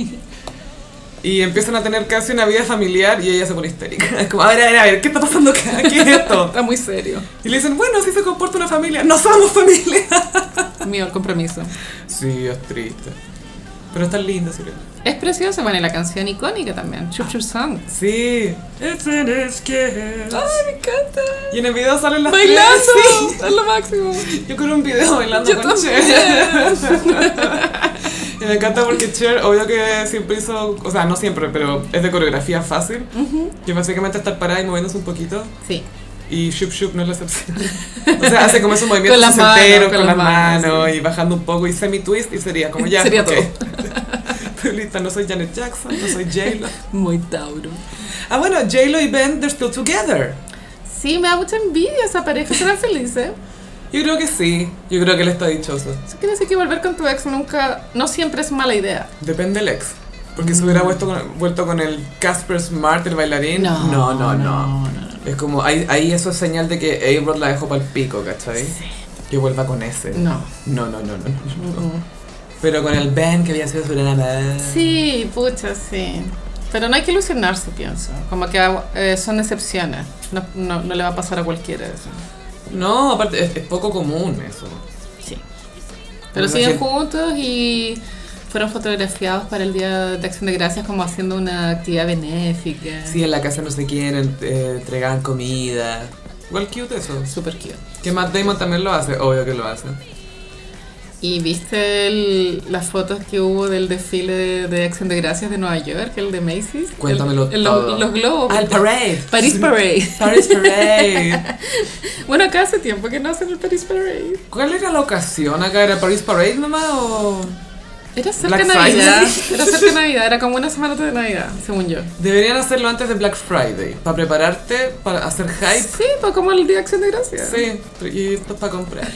Y empiezan a tener casi una vida familiar y ella se pone histérica. Es como, a ver, ¿qué está pasando acá? ¿Qué es esto? Está muy serio. Y le dicen, bueno, así se comporta una familia. ¡No somos familia! Mío, el compromiso. Sí, es triste. Pero está linda, Sirena. Es preciosa, bueno, y la canción icónica también, Chup Chup Song. Sí. It's in his kiss. ¡Ay, me encanta! Y en el video salen las ¡Bailando! tres, sí. Es lo máximo. Yo quiero un video bailando Yo con también. Cher. Y me encanta porque Cher, obvio que siempre hizo, o sea, no siempre, pero es de coreografía fácil. Que básicamente estar parada y moviéndose un poquito. Sí. Y Shup Shup no es la excepción. O sea, hace como esos movimientos Con las manos, enteros, con con las las manos, manos, sí. y bajando un poco y semi-twist y sería como ya. Sería okay. todo. Estoy lista, no soy Janet Jackson, no soy J-Lo. Muy Tauro. Ah, bueno, J-Lo y Ben, they're still together. Sí, me da mucha envidia esa pareja, serán felices. Yo creo que sí, yo creo que él está dichoso. Eso quiere decir que volver con tu ex no siempre es mala idea. Depende del ex. Porque si hubiera vuelto con el Casper Smart, el bailarín, no. Es como, ahí eso es señal de que A-Rod la dejó para el pico, ¿cachai? Sí. Que vuelva con ese. No. No. Pero con el Ben que había sido su gran amor. Sí, pucha, sí. Pero no hay que ilusionarse, pienso. Como que son excepciones. No le va a pasar a cualquiera eso. No, aparte es poco común eso. Sí. Pero siguen juntos y fueron fotografiados para el Día de Acción de Gracias como haciendo una actividad benéfica. Sí, en la casa no se quieren, entregaban comida. Igual cute eso. Súper cute. Que Matt Damon también lo hace, obvio que lo hace. ¿Y viste las fotos que hubo del desfile de Acción de Gracias de Nueva York, el de Macy's? Cuéntamelo todo. Los globos. Ah, el parade. Paris Parade. Paris Parade. Bueno, acá hace tiempo que no hacen el Paris Parade. ¿Cuál era la ocasión acá? ¿Era Paris Parade nomás o...? Era cerca de Black Navidad. Friday. Era cerca de Navidad, era como una semana de Navidad, según yo. Deberían hacerlo antes de Black Friday, para prepararte, para hacer hype. Sí, pues como el Día de Acción de Gracias. Sí, y esto es para comprar.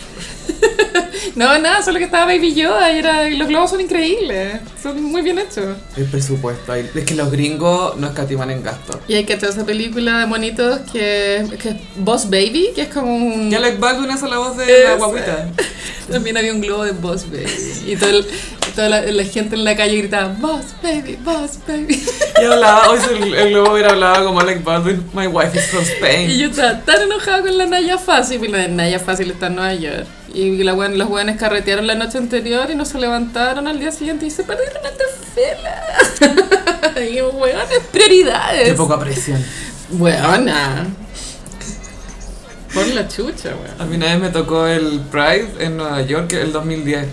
No, nada, solo que estaba Baby Yoda y los globos son increíbles. Son muy bien hechos. El presupuesto ahí. Es que los gringos no escatiman en gasto. Y hay que hacer esa película de monitos que es Boss Baby, que es como un... Ya Alec Baldwin hace la voz de la guaguita. También había un globo de Boss Baby. Y toda la gente en la calle gritaba Boss Baby, Boss Baby. Y hablaba, hoy el globo hubiera hablado como Alec Baldwin, my wife is from Spain. Y yo estaba tan enojada con la Naya Fácil, y la Naya Fácil está en Nueva York. Y los hueones carretearon la noche anterior y no se levantaron al día siguiente y se perdieron esta fela. Y hueones, prioridades. Qué poca presión. Hueona. Por la chucha, weón. A mí una vez me tocó el Pride en Nueva York, el 2010.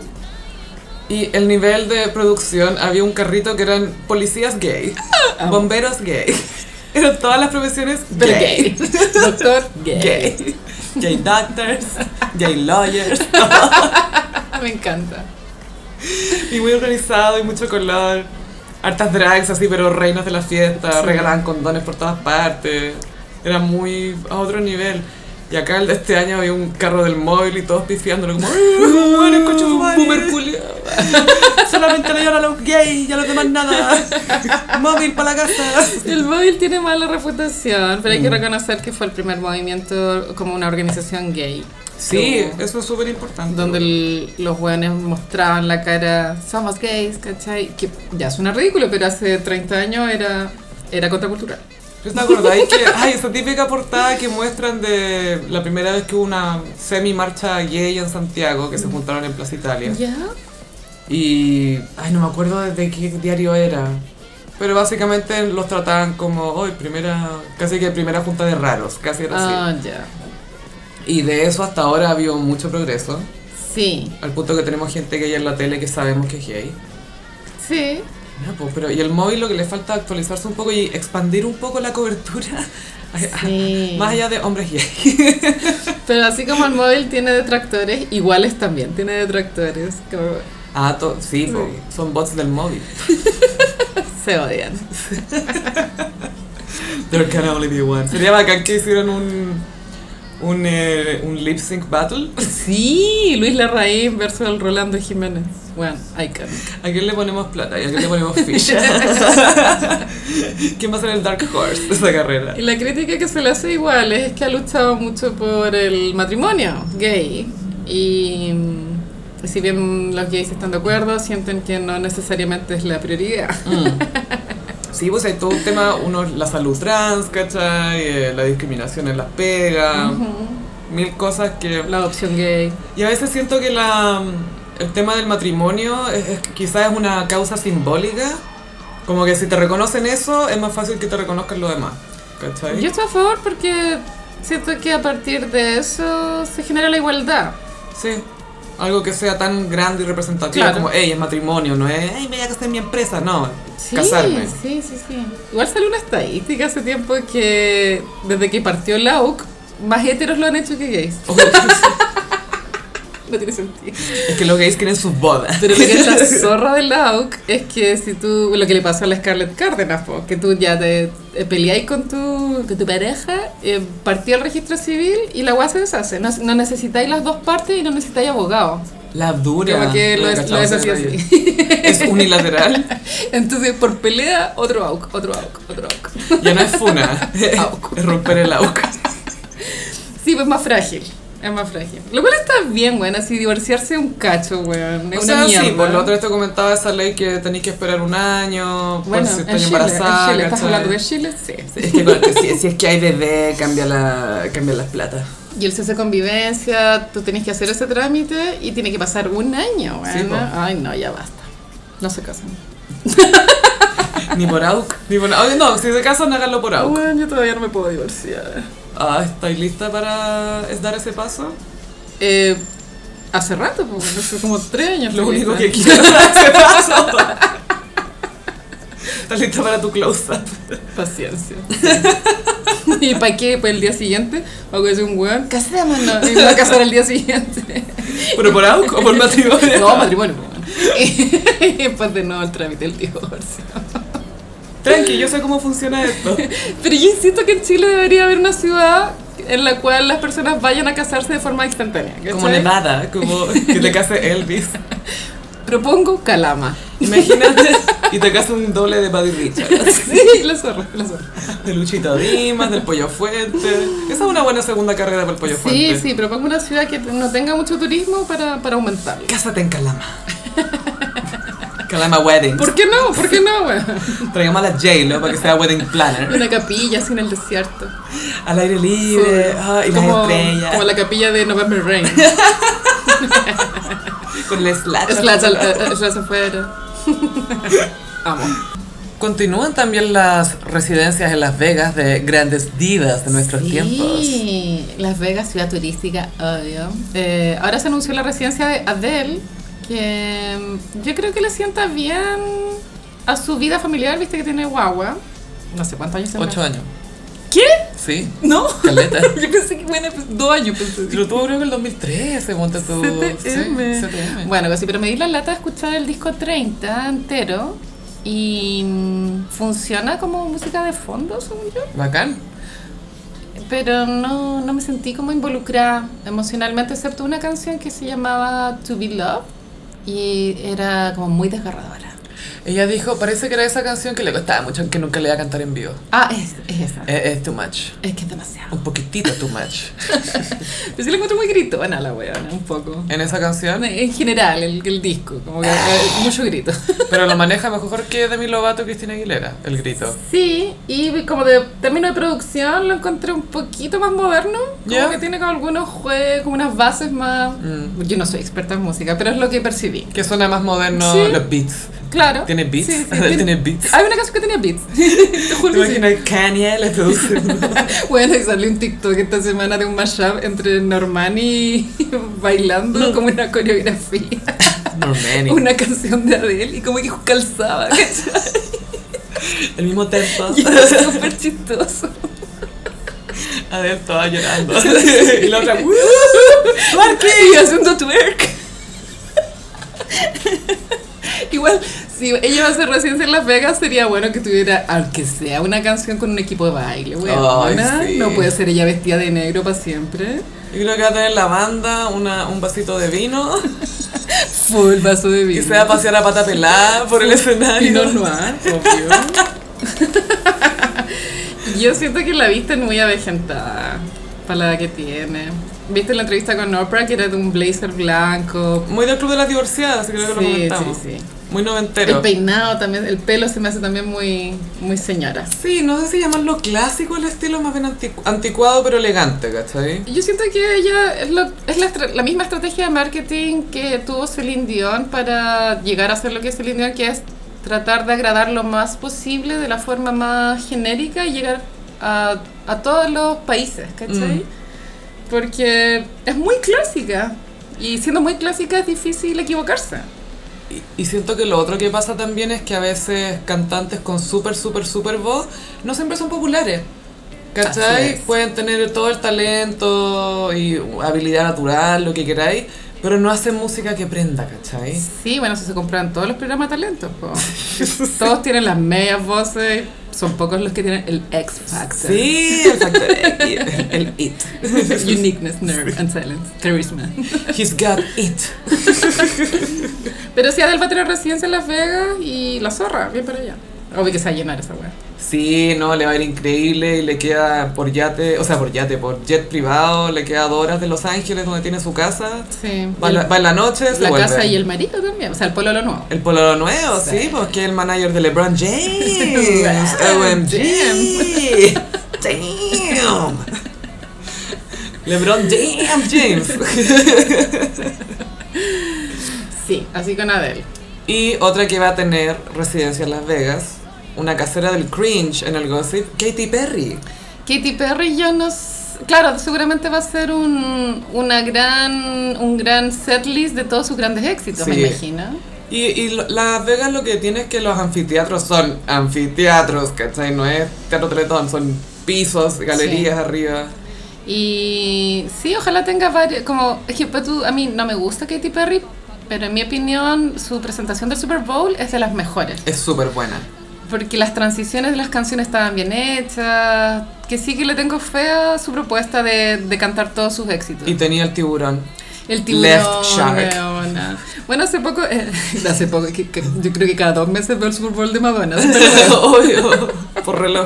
Y el nivel de producción, había un carrito que eran policías gay, bomberos gay. Eran todas las profesiones Pero gay. Doctor gay. Gay. Gay doctors, gay lawyers. Me encanta. Y muy organizado y mucho color. Hartas drags así, pero reinos de la fiesta. Sí. Regalaban condones por todas partes. Era muy a otro nivel. Y acá el de este año había un carro del móvil y todos pifiándolo como bueno, coche boomer culiao. Solamente le dieron a los gays y a los demás nada. Móvil para la casa. El móvil tiene mala reputación, pero hay que reconocer que fue el primer movimiento como una organización gay. Sí, eso es súper importante. Donde los hueones mostraban la cara, somos gays, ¿cachai? Que ya suena ridículo, pero hace 30 años era contracultural. ¿Te acordáis que hay esa típica portada que muestran de la primera vez que hubo una semi-marcha gay en Santiago, que se juntaron en Plaza Italia? ¿Ya? Y... ay, no me acuerdo de qué diario era. Pero básicamente los trataban como, hoy casi que primera junta de raros, casi era así. Ah, ya. Y de eso hasta ahora ha habido mucho progreso, Sí, al punto que tenemos gente gay en la tele que sabemos que es gay. sí. No, pues, pero y el móvil lo que le falta es actualizarse un poco y expandir un poco la cobertura. Sí. Más allá de hombres gay. Pero así como el móvil tiene detractores, iguales también tiene detractores. Como Sí, po, son bots del móvil. se odian. There can only be one. Sería bacán que hicieran un lip sync battle. Sí, Luis Larraín versus el Rolando Jiménez. Bueno, icon. ¿A quién le ponemos plata y a quién le ponemos ficha? ¿Quién va a ser el dark horse de esa carrera? Y la crítica que se le hace igual es que ha luchado mucho por el matrimonio gay. Y si bien los gays están de acuerdo, sienten que no necesariamente es la prioridad. Sí, pues hay todo un tema, la salud trans, ¿cachai? La discriminación en las pegas, mil cosas que... La adopción gay. Y a veces siento que el tema del matrimonio quizás es una causa simbólica, como que si te reconocen eso, es más fácil que te reconozcan lo demás, ¿cachai? Yo estoy a favor porque siento que a partir de eso se genera la igualdad. Sí, algo que sea tan grande y representativo Claro. como, hey, es matrimonio, no es, hey, me voy a casar en mi empresa, no, Sí, casarme. sí. Igual salió una estadística hace tiempo que desde que partió la UC, más héteros lo han hecho que gays. No tiene sentido. Es que los gays quieren sus bodas. Pero lo que es la zorra de la UC es que si tú, lo que le pasó a la Scarlett Cárdenas, que tú ya te peleáis con tu pareja, partió el registro civil y la weá se deshace. No necesitáis las dos partes y no necesitáis abogado. La dura. Como que lo cachado es así, ese así. detalle. Es unilateral. Entonces, por pelea, otro AUC. Ya no es funa. AUC. Es romper el AUC. Sí, pues más frágil. Es más frágil. Lo cual está bien, weón, así divorciarse es un cacho, weón. Es O una sea, mierda. sí, por lo otro te comentaba esa ley que tenéis que esperar un año, Bueno, por si en estás Chile, embarazada. ¿estás ¿cachai? hablando de Chile? Sí. Es que si es que hay bebé, cambia las plata. Y el cese de convivencia, tú tenés que hacer ese trámite y tiene que pasar un año, weón. Sí, po. Ay, no, ya basta. No se casan. Ni por AUC, ni por... Oye, no, si se casan, háganlo por AUC. Bueno, yo todavía no me puedo divorciar. Ah, ¿estáis lista para dar ese paso? Hace rato, pues, hace como 3 años. Lo estoy único lista. que quiero es dar ese paso. ¿Estás lista para tu close-up? Paciencia. ¿Y para qué? Pues el día siguiente, o que es un weón, casémonos, y me voy a casar el día siguiente. ¿Pero por AUC o por matrimonio? No, matrimonio, weón. Y después de nuevo el trámite del divorcio. Tranqui, yo sé cómo funciona esto. Pero yo insisto que en Chile debería haber una ciudad en la cual las personas vayan a casarse de forma instantánea. ¿cachai? Como Nevada, como que te case Elvis. Propongo Calama. Imagínate, y te casa un doble de Buddy Richards. Sí, la zorra, la zorra. De Luchito Dimas, del Pollo Fuente. Esa es una buena segunda carrera para el Pollo Sí, Fuente. sí, propongo una ciudad que no tenga mucho turismo para aumentarlo. Cásate en Calama. Calama Weddings. ¿Por qué no? ¿Por qué no, weón? Traigamos a la J-Lo para que sea wedding planner. Una capilla así en el desierto. Al aire libre, y como, las estrellas. como la capilla de November Rain. Con el slash. Slash afuera. Amo. Continúan también las residencias en Las Vegas de grandes divas de nuestros tiempos. Sí, Las Vegas, ciudad turística, obvio. Ahora se anunció la residencia de Adele, que yo creo que le sienta bien a su vida familiar, viste que tiene guagua. No sé cuántos años tendrá. 8 años. ¿Qué? Sí. No. Caleta. Yo pensé que, bueno, pues 2 años pensé. Pero tuvo creo que el 2013, monta tu... CTM. Sí, CTM. Bueno, pues sí, pero me di la lata de escuchar el disco 30 entero y funciona como música de fondo, según yo. Bacán. Pero no me sentí como involucrada emocionalmente, excepto una canción que se llamaba To Be Loved y era como muy desgarradora. Ella dijo, parece que era esa canción que le costaba mucho, que nunca le iba a cantar en vivo. Ah, es esa. Es too much. Es que es demasiado. Un poquitito too much. Pero sí la encuentro muy gritona la weona, un poco. En esa canción. En general, el disco, como que mucho grito. Pero lo maneja mejor que Demi Lovato y Cristina Aguilera, el grito. Sí, y como de término de producción lo encontré un poquito más moderno. Como ¿Ya? que tiene como algunos juegos, como unas bases más... Yo no soy experta en música, pero es lo que percibí. Que suena más moderno Sí. los beats. Claro. ¿Tiene beats? Sí, ¿Tiene beats? Hay una canción que tenía beats. Te juro ¿Te que sí. imaginas Kanye le produce? Bueno, y salió un TikTok esta semana de un mashup entre Normani bailando como una coreografía. Normani. Una canción de Adele y como que calzaba, ¿cachai? El mismo tempo. Y era súper chistoso. Adele estaba llorando. Y la otra, Y haciendo twerk. Igual, si ella va a hacer residencia en Las Vegas, sería bueno que tuviera, aunque sea una canción con un equipo de baile, weona. Ay, sí. No puede ser ella vestida de negro para siempre. Yo creo que va a tener la banda, un vasito de vino Full vaso de vino. y se va a pasear a pata pelada por el escenario. Pinot Noir, obvio. Yo siento que la vista es muy avejentada para la edad que tiene. ¿Viste la entrevista con Oprah que era de un blazer blanco? Muy del club de las divorciadas, creo que lo comentamos. Sí. Muy noventero. El peinado también, el pelo se me hace también muy, muy señora. Sí, no sé si llamarlo clásico el estilo, más bien anticuado pero elegante, ¿cachai? Yo siento que ella es la misma estrategia de marketing que tuvo Celine Dion para llegar a ser lo que es Celine Dion, que es tratar de agradar lo más posible de la forma más genérica y llegar a todos los países, ¿cachai? Porque es muy clásica y siendo muy clásica es difícil equivocarse. Y siento que lo otro que pasa también es que a veces cantantes con súper voz no siempre son populares. ¿Cachai? Así es. Pueden tener todo el talento y habilidad natural, lo que queráis, pero no hacen música que prenda, ¿cachai? Sí, bueno, si se compran todos los programas de talentos, po. Todos tienen las medias voces, son pocos los que tienen el X Factor. Sí, el factor X, el it. Uniqueness, nerve and silence, charisma. He's got it. Pero sí, Adele va a tener residencia en Las Vegas y la zorra, bien para allá. Obvio que se va a llenar esa weá. Sí, no, le va a ir increíble y le queda por jet privado, le queda 2 horas de Los Ángeles donde tiene su casa. Sí. Va en la noche, se La vuelve. casa y el marido también, o sea, el pololo nuevo. El pololo nuevo, sí, porque es el manager de LeBron James. OMG. Damn. LeBron James. Sí, así con Adele. Y otra que va a tener residencia en Las Vegas, una casera del cringe en el gossip, Katy Perry. Katy Perry, yo no sé, claro, seguramente va a ser un gran setlist de todos sus grandes éxitos, Sí. me imagino. Y Las Vegas lo que tiene es que los anfiteatros son anfiteatros, ¿cachai? No es teatro Teletón, son pisos, galerías arriba. Y sí, ojalá tenga varios, como, es que a mí no me gusta Katy Perry, pero en mi opinión su presentación del Super Bowl es de las mejores. Es súper buena. Porque las transiciones de las canciones estaban bien hechas, que sí que le tengo fe a su propuesta de cantar todos sus éxitos. Y tenía el tiburón. El tiburón, Left Shark. weona. Bueno, hace poco, yo creo que cada 2 meses veo el Super Bowl de Madonna. Obvio, por reloj.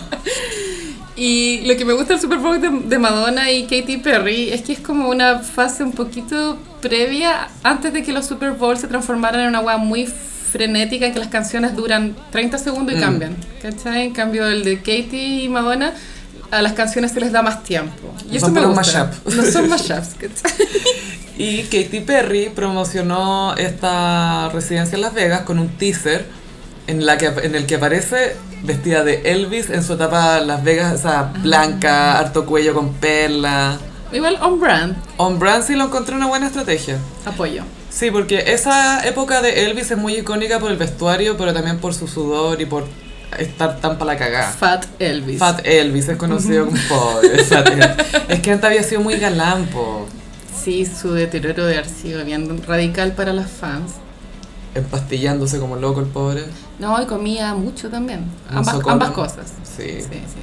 Y lo que me gusta del Super Bowl de Madonna y Katy Perry es que es como una fase un poquito previa antes de que los Super Bowl se transformaran en una wea muy frenética en que las canciones duran 30 segundos y cambian, ¿cachai? En cambio el de Katy y Madonna, a las canciones se les da más tiempo. Y eso Son me puros gusta. mashup. No son mashups, ¿cachai? Y Katy Perry promocionó esta residencia en Las Vegas con un teaser en el que aparece vestida de Elvis en su etapa Las Vegas, esa blanca, harto cuello con perla. Igual on brand, On brand sí lo encontré una buena estrategia. apoyo. Sí, porque esa época de Elvis es muy icónica por el vestuario, pero también por su sudor y por estar tan para la cagada. Fat Elvis. Fat Elvis es conocido como pobre. Fat Elvis. Es que antes había sido muy galán, po. Sí, su deterioro de haber sido bien radical para las fans. Empastillándose como loco el pobre. No, y comía mucho también. Un Ambas socorro. cosas. Sí.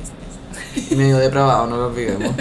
Sí. Y medio depravado, no lo olvidemos.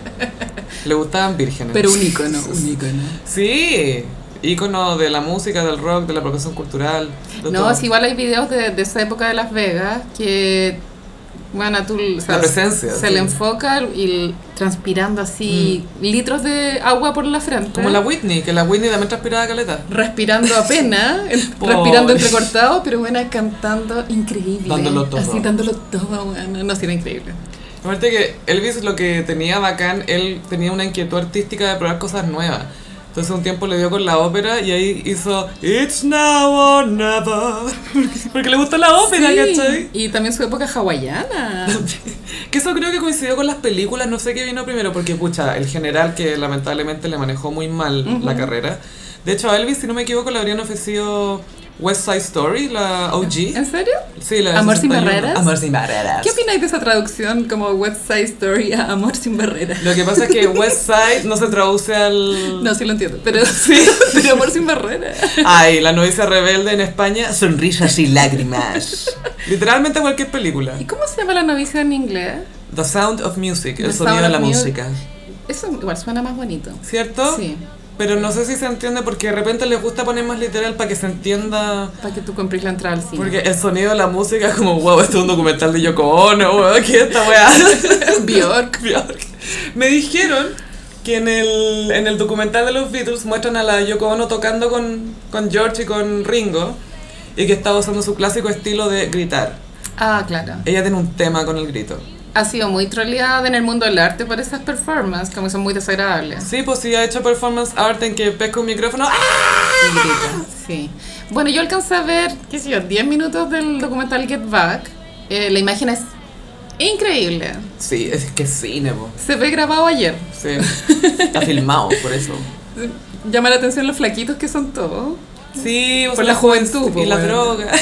Le gustaban vírgenes. Pero un ícono, un ícono. Sí, ícono de la música, del rock, de la apropiación cultural. De No, todo. es igual hay videos de esa época de Las Vegas que, bueno, tú, o sea, La presencia, se sí. le enfoca y transpirando así litros de agua por la frente. Como la Whitney, que la Whitney también transpiraba caleta. Respirando apenas, Pobre. respirando entrecortado, pero bueno, cantando increíble. Dándolo todo. Así dándolo todo, bueno, no, sí, era increíble. Aparte que Elvis lo que tenía bacán, él tenía una inquietud artística de probar cosas nuevas. Entonces un tiempo le dio con la ópera y ahí hizo It's now or never. Porque le gusta la ópera, Sí, ¿cachai? y también su época hawaiana. Que eso creo que coincidió con las películas, no sé qué vino primero, porque pucha, el general que lamentablemente le manejó muy mal la carrera. De hecho a Elvis, si no me equivoco, le habrían ofrecido West Side Story, la OG. ¿En serio? Sí, la de Amor sin 61. barreras. Amor sin barreras. ¿Qué opináis de esa traducción como West Side Story a Amor sin barreras? Lo que pasa es que West Side no se traduce al... No, sí lo entiendo, pero sí, pero Amor sin barreras. Ay, la novicia rebelde en España, sonrisas y lágrimas. Literalmente cualquier película. ¿Y cómo se llama la novicia en inglés? The Sound of Music, el The sonido Sound de la of música. Eso igual suena más bonito. ¿Cierto? Sí, Pero no sé si se entiende porque de repente les gusta poner más literal para que se entienda. para que tú compres la entrada al cine. Porque el sonido de la música es como, wow, esto es un documental de Yoko Ono, wow, ¿qué es esta weá? Bjork. Bjork. Me dijeron que en el documental de los Beatles muestran a la Yoko Ono tocando con George y con Ringo y que estaba usando su clásico estilo de gritar. Ah, claro. Ella tiene un tema con el grito. Ha sido muy troleada en el mundo del arte por esas performances, como que son muy desagradables. Sí, pues sí, ha hecho performance art en que pesca un micrófono. ¡Ah! Y grita, sí. Bueno, yo alcancé a ver, qué sé yo, 10 minutos del documental Get Back. La imagen es increíble. Sí, es que es cine, po. Se ve grabado ayer. Sí, está filmado, por eso. Llama la atención los flaquitos que son todos. Sí, Por la juventud, y po, la bueno. droga.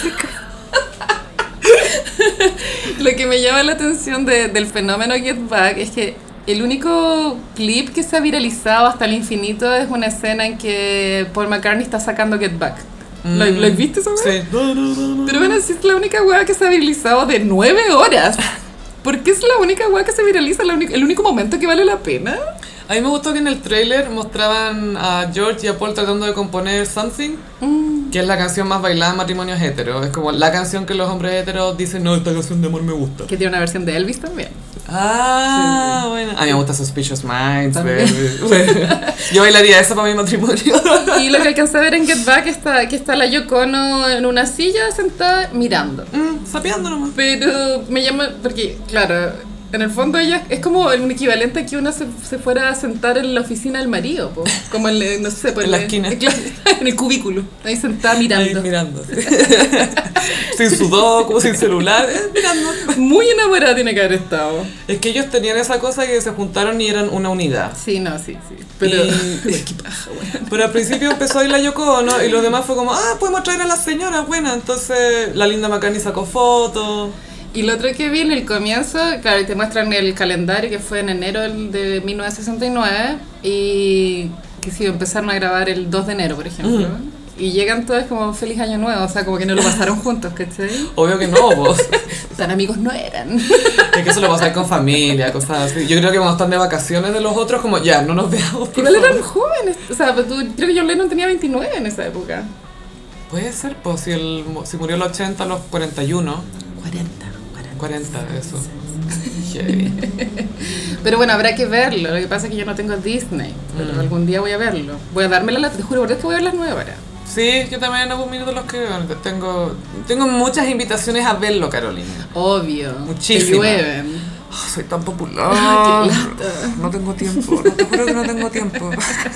Lo que me llama la atención del fenómeno Get Back es que el único clip que se ha viralizado hasta el infinito es una escena en que Paul McCartney está sacando Get Back. ¿Lo has visto eso? Sí. Pero bueno, si es la única weá que se ha viralizado de 9 horas. ¿Por qué es la única weá que se viraliza? ¿El único momento que vale la pena? A mí me gustó que en el tráiler mostraban a George y a Paul tratando de componer Something, que es la canción más bailada en matrimonios heteros. Es como la canción que los hombres heteros dicen, no, esta canción de amor me gusta. Que tiene una versión de Elvis también. Ah, sí. Bueno. A mí me gusta Suspicious Minds. Yo bailaría eso para mi matrimonio. Y lo que alcancé a ver en Get Back que está la Yoko Ono en una silla sentada mirando. Sapeando nomás. Pero me llama, porque claro, en el fondo ella es como un equivalente a que uno se fuera a sentar en la oficina del marido, po. Como en, no sé, en la esquina. En el cubículo, ahí sentada mirando. Ahí mirando, sí. Sin sudoku, sin celular, mirando. Muy enamorada tiene que haber estado. Es que ellos tenían esa cosa que se juntaron y eran una unidad. Sí, no, sí. Pero, qué paja, bueno. Pero al principio empezó a ir la Yoko Ono y los demás fue como, podemos traer a las señoras, buena. Entonces la Linda McCartney sacó fotos. Y lo otro que vi en el comienzo, claro, te muestran el calendario que fue en enero de 1969 y que sí, empezaron a grabar el 2 de enero, por ejemplo. Y llegan todos como feliz año nuevo, o sea, como que no lo pasaron juntos, ¿cachai? Obvio que no, vos. Tan amigos no eran. Es que eso lo pasar con familia, cosas así. Yo creo que cuando están de vacaciones de los otros, como ya, no nos veamos. Igual eran jóvenes, o sea, creo que John Lennon tenía 29 en esa época. Puede ser, pues, si murió el 80 a los 41. 40, eso. Heavy. Pero bueno, habrá que verlo. Lo que pasa es que yo no tengo Disney, pero algún día voy a verlo. Voy a dármela, te juro, por Dios que voy a ver las 9 horas. Sí, yo también en algún minuto los que veo. Tengo muchas invitaciones a verlo, Carolina. Obvio. Muchísimas. Que llueven. Soy tan popular. No tengo tiempo. No te juro que no tengo tiempo.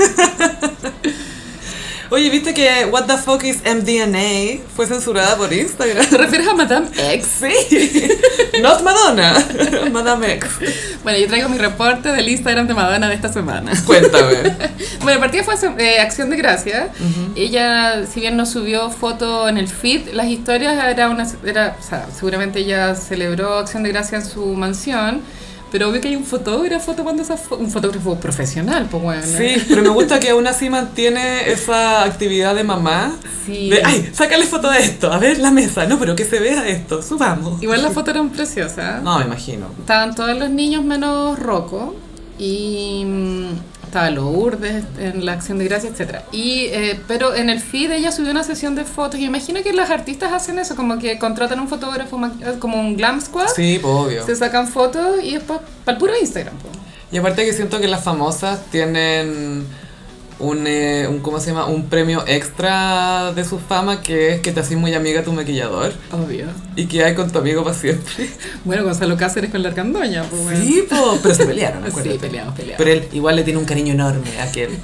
Oye, ¿viste que What the Fuck is MDNA fue censurada por Instagram? ¿Te refieres a Madame X? Sí. Not Madonna. Madame X. Bueno, yo traigo mi reporte del Instagram de Madonna de esta semana. Cuéntame. Bueno, el partido fue Acción de Gracias. Ella, si bien no subió foto en el feed, las historias o sea, seguramente ella celebró Acción de Gracias en su mansión. Pero obvio que hay un fotógrafo tomando un fotógrafo profesional, pues bueno. Sí, pero me gusta que aún así mantiene esa actividad de mamá. Sí. Ay, sácale foto de esto, a ver la mesa, no, pero que se vea esto, subamos. Igual las fotos eran preciosas. No, me imagino. Estaban todos los niños menos Rocco y estaba Lourdes en la Acción de Gracias, etc. Pero en el feed ella subió una sesión de fotos y imagino que las artistas hacen eso, como que contratan un fotógrafo, como un glam squad. Sí, pues obvio. Se sacan fotos y después para el puro Instagram. Po. Y aparte que siento que las famosas tienen ¿cómo se llama? Un premio extra de su fama, que es que te haces muy amiga a tu maquillador. Obvio. Y que hay con tu amigo para siempre. Bueno, Gonzalo Cáceres con la Arcandoña. Pues, sí, pero se pelearon, acuérdate. Sí, peleamos. Pero él igual le tiene un cariño enorme a aquel.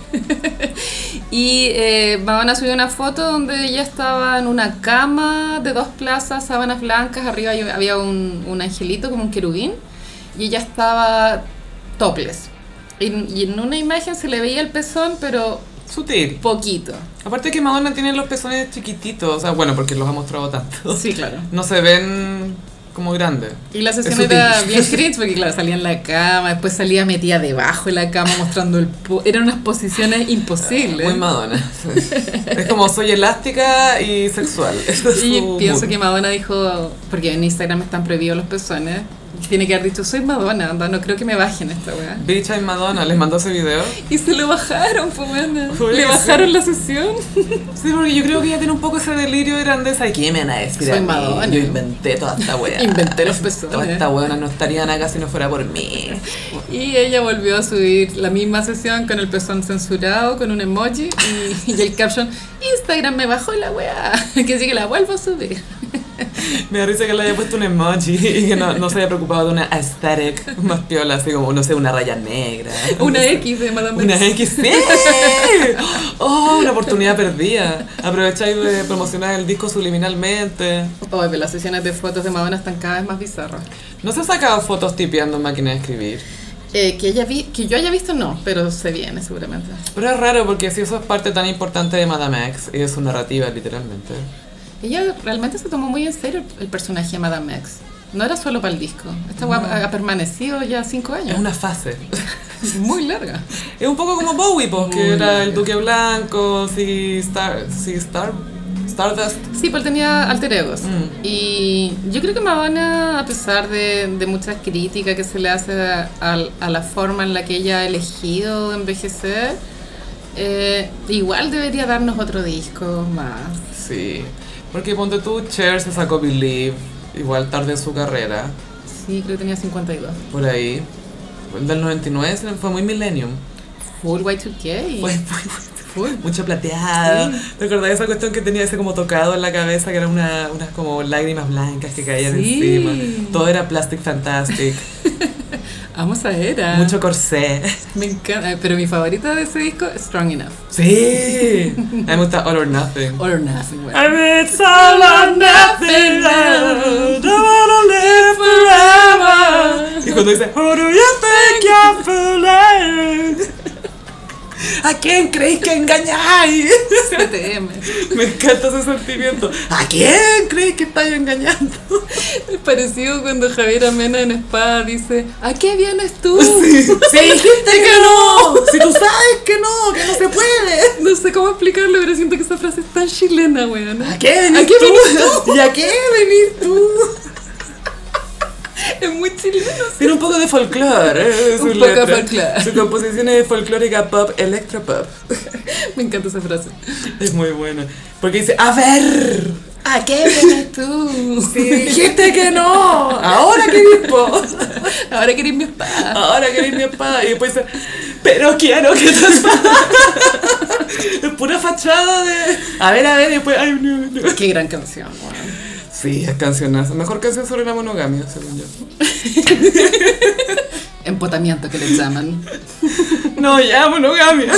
Y Madonna subió una foto donde ella estaba en una cama de 2 plazas, sábanas blancas, arriba había un angelito como un querubín, y ella estaba topless. Y en una imagen se le veía el pezón, pero sutil. Poquito. Aparte que Madonna tiene los pezones chiquititos, o sea, bueno, porque los ha mostrado tanto. Sí, claro. No se ven como grandes. Y la sesión era bien cringe porque, claro, salía en la cama, después salía metida debajo de la cama mostrando eran unas posiciones imposibles. Muy Madonna. Es como soy elástica y sexual. Y pienso que Madonna dijo, porque en Instagram están prohibidos los pezones, tiene que haber dicho, soy Madonna, anda, no creo que me bajen esta weá. Bitch, I'm Madonna, ¿les mandó ese video? Y se lo bajaron, pues bueno. Le bajaron la sesión. Sí, porque yo creo que ella tiene un poco ese delirio de grandeza. ¿Y qué me van a decir? Soy Madonna. Yo inventé toda esta weá. Inventé los pezones. Toda esta weá no estarían acá si no fuera por mí. Y ella volvió a subir la misma sesión con el pezón censurado, con un emoji y el caption, Instagram me bajó la weá, que sí que la vuelvo a subir. Me da risa que le haya puesto un emoji y que no se haya preocupado de una aesthetic más piola, así como, no sé, una raya negra. Una X de Madame Una X, sí. Oh, una oportunidad perdida. Aprovecháis de promocionar el disco subliminalmente. Oh, pero las sesiones de fotos de Madonna están cada vez más bizarras. ¿No se ha sacado fotos tipeando en máquina de escribir? Que yo haya visto no, pero se viene seguramente. Pero es raro porque si eso es parte tan importante de Madame X y de su narrativa, literalmente. Ella realmente se tomó muy en serio el personaje de Madame X. No era solo para el disco. Esta guapa ha permanecido ya 5 años. Es una fase. Muy larga. Es un poco como Bowie, pues, que era el Duque Blanco, Starboy, Stardust. Sí, pues él tenía alter egos. Y yo creo que Madonna, a pesar de muchas críticas que se le hace a la forma en la que ella ha elegido envejecer, igual debería darnos otro disco más. Sí, porque ponte tú, Cher se sacó Believe, igual tarde en su carrera, Sí, creo que tenía 52. por ahí. Del 99 fue muy Millennium. Full Y2K. Fue Full. mucho plateado. Sí. ¿Te acordás de esa cuestión que tenía ese como tocado en la cabeza, que eran unas como lágrimas blancas que caían Sí. encima? Todo era Plastic Fantastic. Vamos a era. Mucho corsé. Me encanta. Pero mi favorita de ese disco es Strong Enough. Sí. A mí me gusta All or Nothing. All or Nothing, bueno. I mean, it's all or nothing now. Don't wanna live forever. Y cuando dice, who do you think you're fooling? ¿A quién creéis que engañáis? CTM. Me encanta ese sentimiento. ¿A quién creéis que estáis engañando? Es parecido cuando Javier Amena en Spa dice, ¿a qué vienes tú? Sí, dijiste que no. Si tú sabes que no se puede. No sé cómo explicarlo, pero siento que esa frase es tan chilena, weón. ¿A qué venís ¿A qué tú? venís tú? ¿Y a qué venís tú? Es muy chileno. Tiene un poco de folclore, Un poco de folclore. Su composición es folclórica pop, electropop. Me encanta esa frase. Es muy buena. Porque dice, a ver, ¿A qué vienes tú? si dijiste que no, ahora querís po. Ahora querés mi espada. Ahora querés mi espada. Y después dice, pero quiero que tu espada. Es pura fachada de, a ver, y después, ay, no. Qué gran canción, weón. Sí, es cancionazo. Mejor canción sobre la monogamia, según yo. Empotamiento que le llaman. No, ya, monogamia.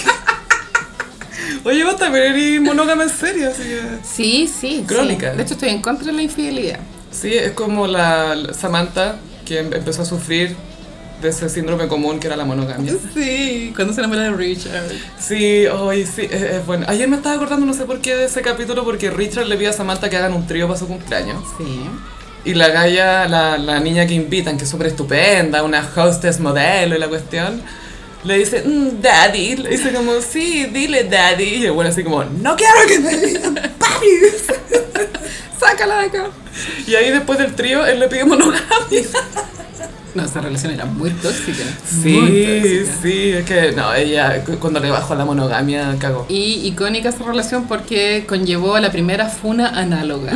Oye, vos también eres monógama en serio, así que... Sí, sí. Crónica. Sí. De hecho, estoy en contra de la infidelidad. Sí, es como la Samantha, que empezó a sufrir de ese síndrome común que era la monogamia. Sí, cuando se enamora de Richard. Sí, oye, sí, es bueno. Ayer me estaba acordando, no sé por qué, de ese capítulo, porque Richard le pide a Samantha que hagan un trío para su cumpleaños. Sí. Y la galla, la niña que invitan, que es súper estupenda, una hostess modelo y la cuestión, le dice, daddy, le dice como, sí, dile daddy. Y el bueno así como, no quiero que me digan papi. Sácala de acá. Y ahí después del trío, él le pide monogamia. No, esa relación era muy tóxica. Sí, Muy tóxica. sí, es que no, ella cuando le bajó la monogamia cagó. Y icónica esa relación porque conllevó a la primera funa análoga.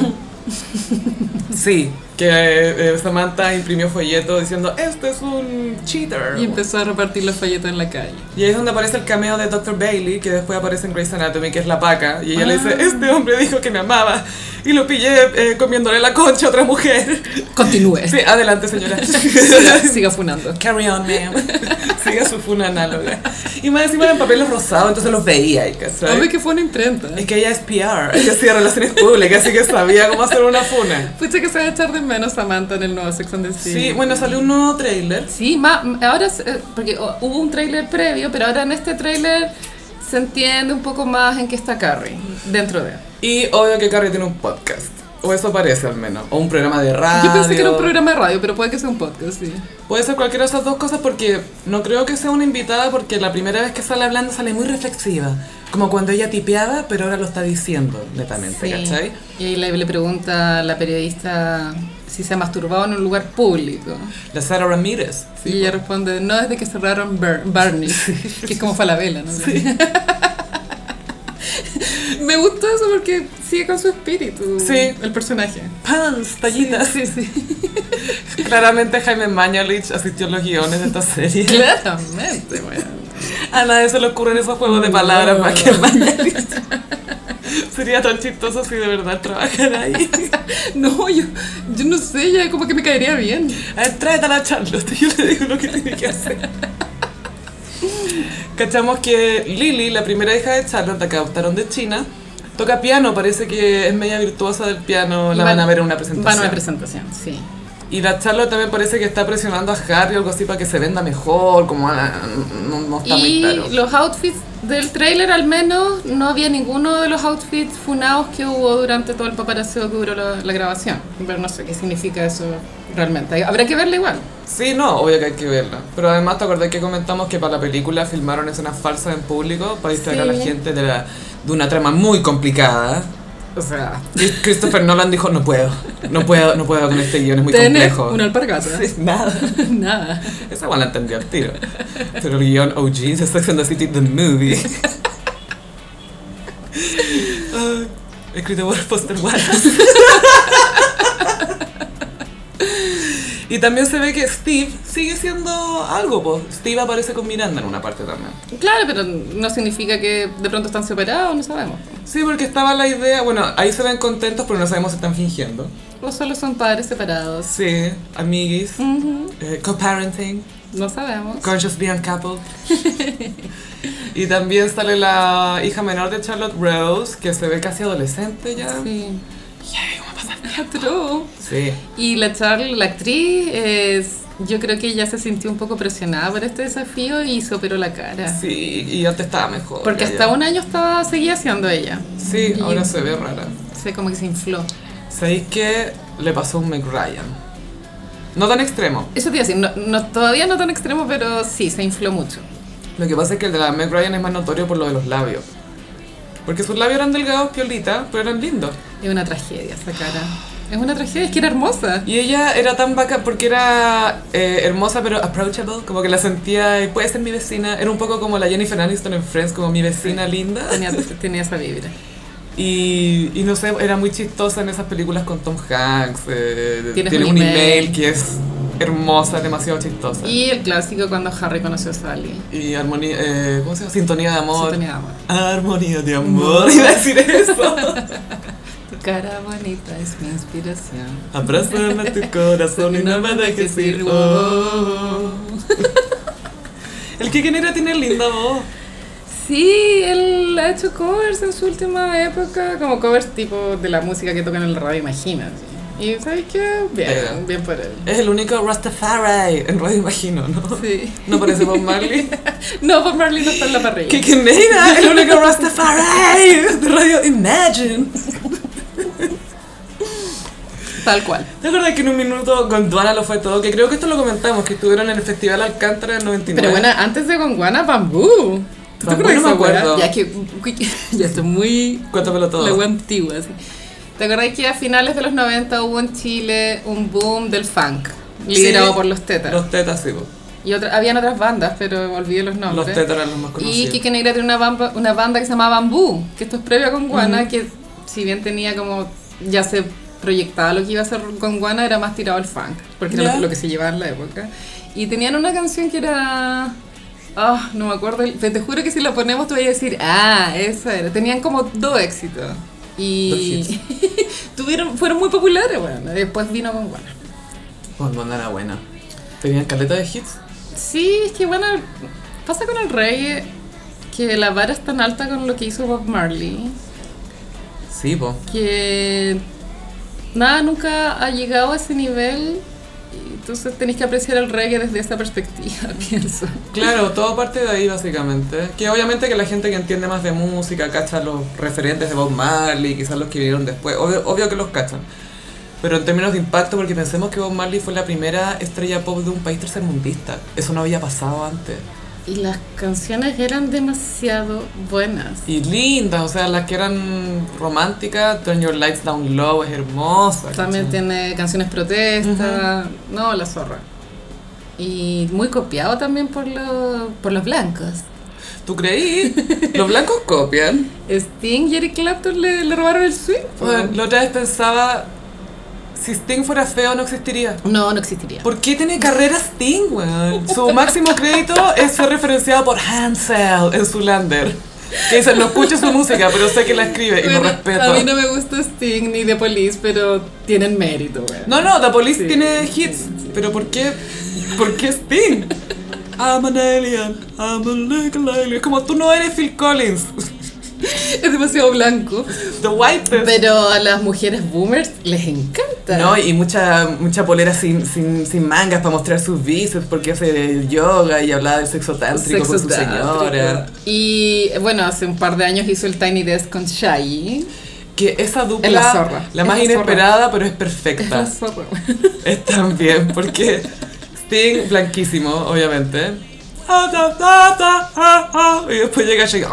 Sí, que Samantha imprimió folleto diciendo, este es un cheater. Y empezó a repartir los folletos en la calle. Y ahí es donde aparece el cameo de Dr. Bailey, que después aparece en Grey's Anatomy, que es la paca. Y ella le dice, este hombre dijo que me amaba y lo pillé comiéndole la concha a otra mujer. Continúe. Sí, adelante señora. Siga funando. Carry on, ma'am. Siga su funa análoga. Y más encima eran papeles rosados, entonces los veía, ¿cachai? Obvio que fue una imprenta. Es que ella es PR, ella hacía relaciones públicas, así que sabía cómo hacer una funa. Pucha que se va a echar de menos Samantha en el nuevo Sex and the City. Sí, bueno, salió un nuevo trailer. Sí, ahora, porque hubo un tráiler previo, pero ahora en este tráiler se entiende un poco más en qué está Carrie, dentro de... Y obvio que Carrie tiene un podcast. O eso parece al menos. O un programa de radio. Yo pensé que era un programa de radio, pero puede que sea un podcast, sí. Puede ser cualquiera de esas dos cosas porque no creo que sea una invitada porque la primera vez que sale hablando sale muy reflexiva. Como cuando ella tipeaba, pero ahora lo está diciendo netamente, Sí. ¿cachai? Y ahí le pregunta a la periodista si se ha masturbado en un lugar público. La Sara Ramírez. Y ella responde, no, desde que cerraron Barney, que es como Falabella, ¿no? Sí. Me gustó eso porque sigue con su espíritu, Sí. el personaje. Pants, tallitas. Sí, sí. Claramente Jaime Mañalich asistió a los guiones de esta serie. Claramente, bueno. A nadie se le ocurren esos juegos de palabras más que Mañalich. Sería tan chistoso si de verdad trabajara ahí. No, yo no sé, ya como que me caería bien. A ver, tráete a la Charlotte, yo le digo lo que tiene que hacer. Cachamos que Lily, la primera hija de Charlotte, la que adoptaron de China, toca piano, parece que es media virtuosa del piano, la van a ver en una presentación. Van a una presentación, sí. Y la Charlotte también parece que está presionando a Harry o algo así para que se venda mejor, como no está muy Y claro. los outfits del tráiler al menos, no había ninguno de los outfits funados que hubo durante todo el paparazzo que duró la grabación. Pero no sé qué significa eso realmente. Habrá que verla igual. Sí, no, obvio que hay que verla. Pero además, ¿te acordás que comentamos que para la película filmaron escenas falsas en público para distraer a la Sí. gente de una trama muy complicada? O sea... Y Christopher Nolan dijo, no puedo con este guión, es muy Tener complejo. una alpargata. Sí, nada. Nada. Esa igual la entendí al tiro. Pero el guión OG, The Sex and the City, The Movie. Escrito por Foster Wallace. Y también se ve que Steve sigue siendo algo, pues. Steve aparece con Miranda en una parte también. Claro, pero no significa que de pronto están separados, no sabemos. Sí, porque estaba la idea, bueno, ahí se ven contentos, pero no sabemos si están fingiendo. O solo son padres separados. Sí, amiguis, co-parenting, No sabemos. consciously uncoupled. Y también sale la hija menor de Charlotte Rose, que se ve casi adolescente ya. Sí. Yay, ¿cómo pasa? True. Sí. Y la Charlie, la actriz, yo creo que ella se sintió un poco presionada por este desafío y se operó la cara. Sí, y antes estaba mejor. Porque hasta un año seguía siendo ella. Sí, Y ahora se ve rara. como que se infló. ¿Sabéis qué le pasó a un Meg Ryan? No tan extremo. Eso te iba a decir, todavía no tan extremo, pero sí, se infló mucho. Lo que pasa es que el de la Meg Ryan es más notorio por lo de los labios. Porque sus labios eran delgados, piolita, pero eran lindos. Es una tragedia esa cara. Es una tragedia, es que era hermosa. Y ella era tan bacán porque era hermosa pero approachable, como que la sentía y puede ser mi vecina. Era un poco como la Jennifer Aniston en Friends, como mi vecina linda. Tenía esa vibra. Y no sé, era muy chistosa en esas películas con Tom Hanks. Tienes Tiene un un email. email que es hermosa, demasiado chistosa. Y el clásico cuando Harry conoció a Sally. Y armonía, ¿cómo se llama? Sintonía de amor. Sintonía de amor. Armonía de amor. Iba a decir eso. Tu cara bonita es mi inspiración. Abrázame tu corazón y no me dejes ir. Oh. El Kike Negra tiene linda voz. Sí, él ha hecho covers en su última época, como covers tipo de la música que tocan en la radio, imagínate. Y ¿sabes qué? Bien por él. Es el único Rastafari en Radio Imagino, ¿no? Sí. ¿No parece Bob Marley? No, Bob Marley no está en la parrilla. Kike Negra, el único Rastafari de Radio Imagine. Tal cual. ¿Te acuerdas que en un minuto Gondwana lo fue todo? Que creo que esto lo comentamos, que estuvieron en el Festival Alcántara en 99. Pero bueno, antes de Gondwana, Bambú. ¿Tú te Bambú acuerdas no me de esa wea? acuerdo. Ya que ya estoy muy... Cuéntamelo todo. La wea antigua, así. ¿Te acuerdas que a finales de los 90 hubo en Chile un boom del funk? Liderado Sí, por los Tetas. Los Tetas, sí. Y habían otras bandas, pero olvidé los nombres. Los Tetas eran los más Y conocidos. Kike Negra tiene una banda que se llama Bambú, que esto es previo a Gondwana, que si bien tenía como... Ya se proyectaba lo que iba a hacer Gondwana, era más tirado al funk, porque era Ya. lo que se llevaba en la época. Y tenían una canción que era... no me acuerdo, pero te juro que si la ponemos tú vas a decir, esa era. Tenían como 2 éxitos. Y fueron muy populares, bueno. Después vino Gondwana. Gondwana era buena. Tenían caleta de hits. Sí, es que bueno, pasa con el reggae que la vara es tan alta con lo que hizo Bob Marley Sí, po. que nada nunca ha llegado a ese nivel. Y entonces tenés que apreciar el reggae desde esa perspectiva, pienso. Claro, todo parte de ahí básicamente. Que obviamente que la gente que entiende más de música cacha los referentes de Bob Marley, quizás los que vinieron después, obvio que los cachan. Pero en términos de impacto, porque pensemos que Bob Marley fue la primera estrella pop de un país tercermundista. Eso no había pasado antes. Y las canciones eran demasiado buenas. Y lindas, o sea, las que eran románticas, Turn Your Lights Down Low es hermosa. También ¿cachai? tiene canciones protesta, no, la zorra. Y muy copiado también por los blancos. ¿Tú creí? Los blancos copian. Sting y Eric Clapton le robaron el swing. Bueno, la otra vez pensaba, si Sting fuera feo no existiría. No existiría. ¿Por qué tiene carrera Sting, weón? Su máximo crédito es ser referenciado por Hansel en Zoolander. Que dice, no escucho su música, pero sé que la escribe y lo Bueno, respeto. a mí no me gusta Sting ni The Police, pero tienen mérito, güey. No, The Police Sí, tiene hits, sí. pero ¿por qué Sting? I'm an alien, I'm a little alien. Es como, tú no eres Phil Collins. Es demasiado blanco. The Whitest. Pero a las mujeres boomers les encanta. No, y mucha polera sin mangas para mostrar sus bíceps porque hace yoga y hablaba del sexo tántrico con su señora. Y bueno, hace un par de años hizo el Tiny Desk con Shaggy. Que esa dupla, Es la zorra. la Es más la inesperada, pero es Es perfecta. la zorra. Es tan bien, porque Sting, blanquísimo, obviamente. Y después llega Shakira.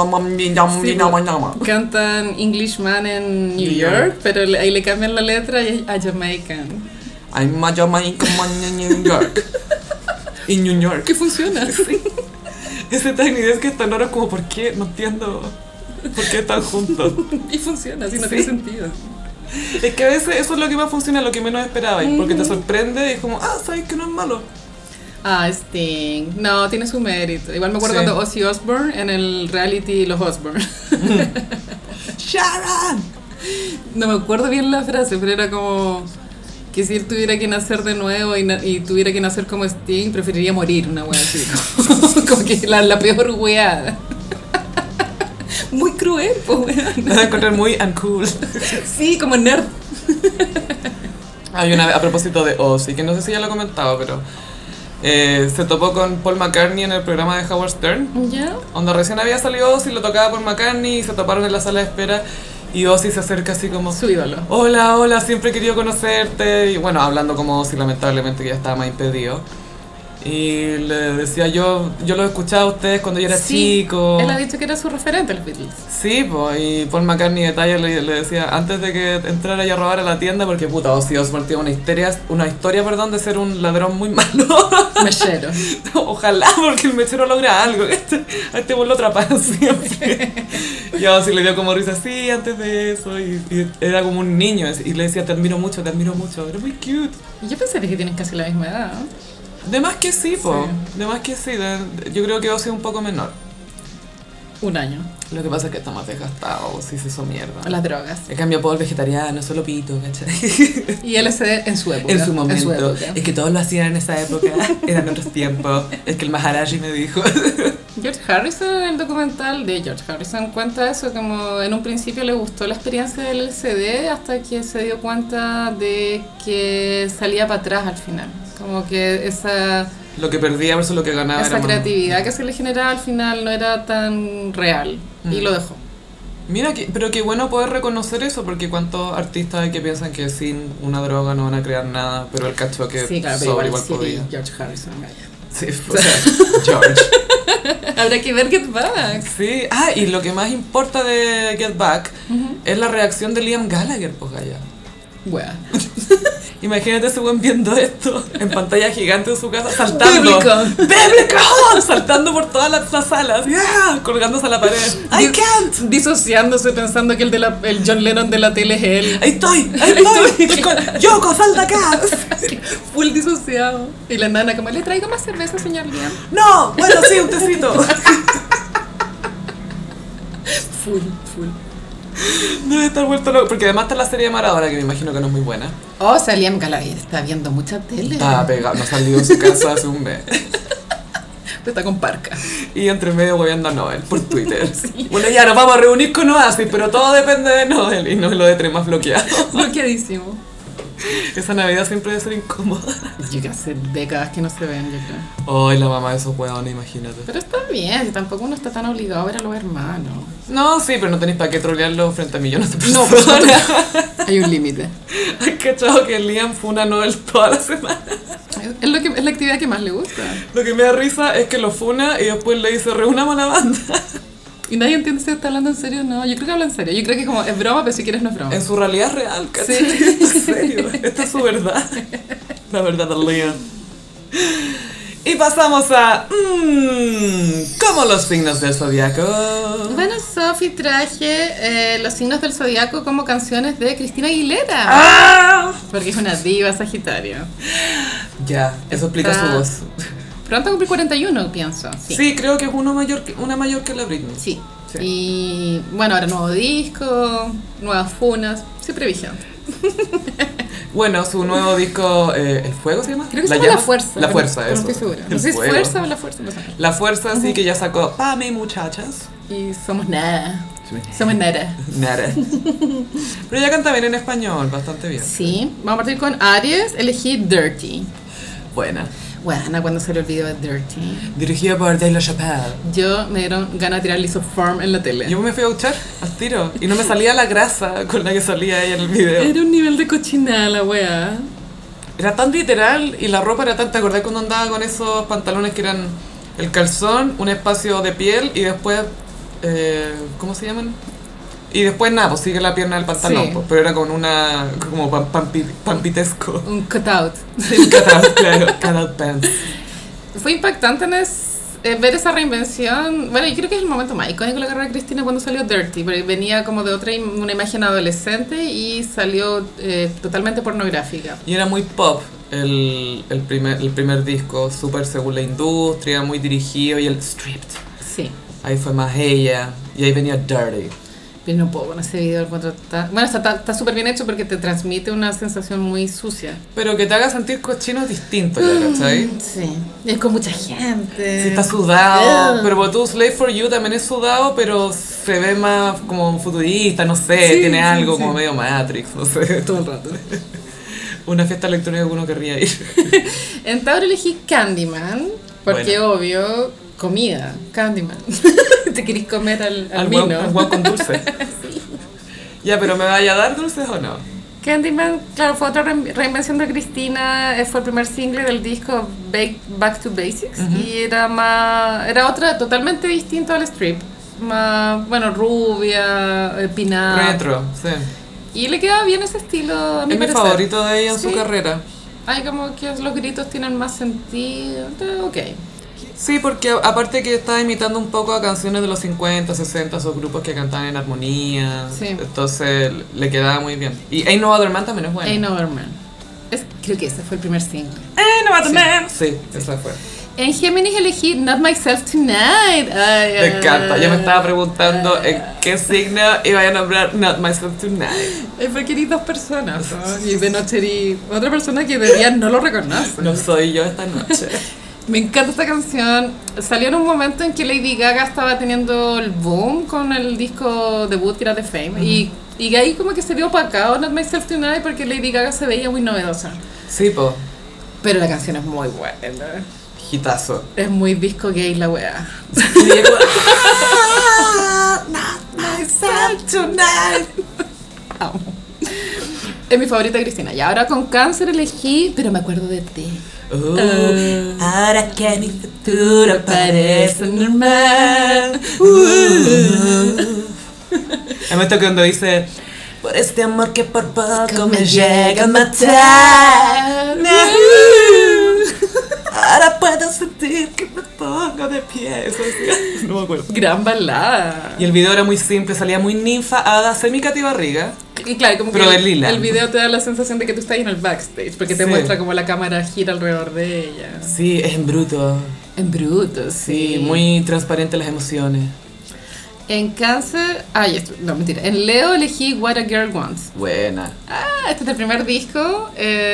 Cantan Englishman en New York, pero ahí le cambian la letra y es a Jamaican. I'm a Jamaican man in New York. En New York. Que funciona. Sí. Ese tailandés que es tan raro como, ¿por qué? No entiendo. ¿Por qué están juntos? Y funciona, así no Sí. tiene sentido. Es que a veces eso es lo que más funciona, lo que menos esperaba. Porque te sorprende y es como, sabes que no es malo. Ah, Sting. No, tiene su mérito. Igual me acuerdo Sí. cuando Ozzy Osbourne en el reality Los Osbourne. Sharon. No me acuerdo bien la frase, pero era como que si él tuviera que nacer de nuevo y tuviera que nacer como Sting, preferiría morir, una wea así. Como que la peor wea. Muy cruel, pues wea. Me vas a encontrar muy uncool. Sí, como nerd. Hay una vez, a propósito de Ozzy, que no sé si ya lo he comentado, pero se topó con Paul McCartney en el programa de Howard Stern. ¿Ya? Donde recién había salido Ozzy, lo tocaba Paul McCartney y se toparon en la sala de espera. Y Ozzy se acerca así como, Su ídolo. hola, siempre he querido conocerte. Y bueno, hablando como Ozzy, lamentablemente que ya estaba más impedido. Y le decía, yo lo escuchaba a ustedes cuando yo era Sí, chico. Él ha dicho que era su referente, los Beatles. Sí, pues, y Paul McCartney detalle le decía, antes de que entrara y a robar a la tienda, porque puta, Ozzy Osbourne tiene una historia, de ser un ladrón muy malo. Mechero. Ojalá, porque el mechero logra algo. A este lo atrapan siempre. Y a Ozzy le dio como risa, sí, antes de eso, y era como un niño, y le decía, te admiro mucho, era muy cute. Y yo pensaría que tienen casi la misma edad, ¿no? De más que sí, po. Sí. De más que sí. Yo creo que Ozzy es un poco menor. Un año. Lo que pasa es que está más desgastado, Ozzy se hizo mierda. Las drogas. En cambio, Paul vegetariano, solo pito, ¿cachai? Y LSD en su época. En su momento. época. Es que todos lo hacían en esa época, eran otros tiempos. Es que el Maharaji me dijo. George Harrison, en el documental de George Harrison, cuenta eso, como en un principio le gustó la experiencia del LSD hasta que se dio cuenta de que salía para atrás al final. Como que esa Lo que perdía versus lo que ganaba esa era más. creatividad que se le generaba al final no era tan real. Y lo dejó. Mira, pero qué bueno poder reconocer eso, porque cuántos artistas hay que piensan que sin una droga no van a crear nada, pero el cacho que Sí, claro, pero sobre igual sí, podía. George Harrison, vaya. Sí, o sea, George. Habrá que ver Get Back. Sí, y lo que más importa de Get Back es la reacción de Liam Gallagher, pues Gaya. Bueno. Imagínate ese buen viendo esto en pantalla gigante de su casa, saltando. ¡Bíblico! Saltando por todas las salas, colgándose a la pared. I can't. Disociándose pensando que el John Lennon de la tele es él. Ahí estoy. Yoko, salta acá. Full disociado. Y la nana como, ¿le traigo más cerveza, señor Liam? No, bueno, sí, un tecito. Full. Debe estar vuelto loco, porque además está la serie de Maradona, que me imagino que no es muy buena. Oh, o sea, Liam Gallagher está viendo mucha tele. Estaba pegado, no salió de su casa hace un mes. Está con parca. Y entre medio hueveando a Noel por Twitter. Bueno, ya nos vamos a reunir con Oasis, pero todo depende de Noel. Y Noel lo de tres más bloqueado. Bloqueadísimo. Esa Navidad siempre debe ser incómoda. Yo que hace décadas que no se ven, yo creo. Ay, la mamá de esos hueones, imagínate. Pero está bien, tampoco uno está tan obligado a ver a los hermanos. No, sí, pero no tenéis para qué trolearlo frente a millones de No, personas. hay un límite. Hay cachado que Liam funa a Noel toda la semana. Es la actividad que más le gusta. Lo que me da risa es que lo funa y después le dice, reunamos a la banda. Y nadie entiende si está hablando en serio o no. Yo creo que habla en serio. Yo creo que como es broma, pero si quieres no es broma. En su realidad real, ¿cachai? Sí. En serio, esta es su verdad. La verdad de Liam. Y pasamos a... ¿cómo los signos del zodiaco? Bueno, Sophie, traje los signos del zodiaco como canciones de Cristina Aguilera. ¡Ah! Porque es una diva sagitario. Ya, eso explica su voz. Pronto a cumplir 41, pienso. Sí, creo que es una mayor que la Britney. Sí. Sí. Y bueno, ahora nuevo disco, nuevas funas, siempre vigente. Bueno, su nuevo disco, ¿El Fuego se llama? Creo que se llama La Fuerza. La Fuerza, pero eso. no estoy segura. El No sé si es Fuego. Fuerza o La Fuerza. No sé. La Fuerza, sí, que ya sacó Pa' mí, muchachas. Y somos nada. Somos nada. Nada. Pero ella canta bien en español, bastante bien. Sí, vamos a partir con Aries, elegí Dirty. Buena. Bueno, cuando salió el video de Dirty, Dirigida por Dave LaChapelle. yo me dieron ganas de tirar Lisoform en la tele. Yo me fui a duchar al tiro y no me salía la grasa con la que salía ella en el video. Era un nivel de cochinada la wea. Era tan literal y la ropa era tan... ¿Te acordás cuando andaba con esos pantalones que eran el calzón, un espacio de piel y después, ¿cómo se llaman? Y después nada, pues sigue la pierna del pantalón, Sí. pues, pero era con una, como pampitesco. Un cutout. Sí, cutout, claro, cutout pants. Fue impactante ver esa reinvención. Bueno, yo creo que es el momento más icónico de la carrera de Cristina cuando salió Dirty, porque venía como de una imagen adolescente y salió totalmente pornográfica. Y era muy pop el primer disco, súper según la industria, muy dirigido, y el stripped. Sí. Ahí fue más ella, y ahí venía Dirty. Pero no puedo con ese video, el encuentro bueno, está súper bien hecho porque te transmite una sensación muy sucia. Pero que te haga sentir cochino es distinto, ya, ¿cachai? Sí. Es con mucha gente. Sí, está sudado, pero tú Slave for You también es sudado, pero se ve más como futurista, no sé, Sí, tiene sí, algo sí. como medio Matrix, no sé. Todo el rato. Una fiesta electrónica que uno querría ir. En Tauro elegí Candyman, porque Bueno. obvio, comida, Candyman. Te querís comer al huevo, vino. al huevo con dulce. Ya, pero ¿me vaya a dar dulces o no? Candyman, claro, fue otra reinvención de Cristina, fue el primer single del disco Back to Basics y era otra totalmente distinta al strip, más, bueno, rubia, pin-up. Retro, sí. Y le queda bien ese estilo, a mi Es mi parecer. favorito de ella en Sí. su carrera. Ay, como que los gritos tienen más sentido, ok. Sí, porque aparte que estaba imitando un poco a canciones de los 50, 60, esos grupos que cantaban en armonía. Sí. Entonces le quedaba muy bien. Y Ain't No Other Man también es bueno. Ain't No Other Man. Creo que ese fue el primer single. Ain't No Other Man. Sí, esa fue. En Géminis elegí Not Myself Tonight. Ay, Me encanta. Yo me estaba preguntando en qué signo iba a nombrar Not Myself Tonight. Es porque eres dos personas, ¿no? Y de noche eres otra persona que de día no lo reconoce. No soy yo esta noche. Me encanta esta canción. Salió en un momento en que Lady Gaga estaba teniendo el boom con el disco debut que era The Fame. Y ahí como que se vio opacado Not Myself Tonight porque Lady Gaga se veía muy novedosa. Sí, po. Pero la canción es muy buena. Hitazo. Es muy disco gay la wea. Y digo, Not Myself Tonight. Amo. Es mi favorita de Cristina. Y ahora con Cáncer elegí, pero me acuerdo de ti. Ahora que mi futuro parece normal. El momento que cuando dice, por este amor que por poco me llega a matar. Ahora puedo sentir que me pongo de pie. Eso decía. No me acuerdo. Gran balada. Y el video era muy simple, salía muy ninfa, hada, semi-Katy Barriga. Y claro, como Pero que de lila. el video te da la sensación de que tú estás ahí en el backstage, porque te Sí. muestra como la cámara gira alrededor de ella. Sí, es en bruto. En bruto, Sí, muy transparente las emociones. En Cáncer, no, mentira. En Leo elegí What a Girl Wants. Buena. Este es el primer disco.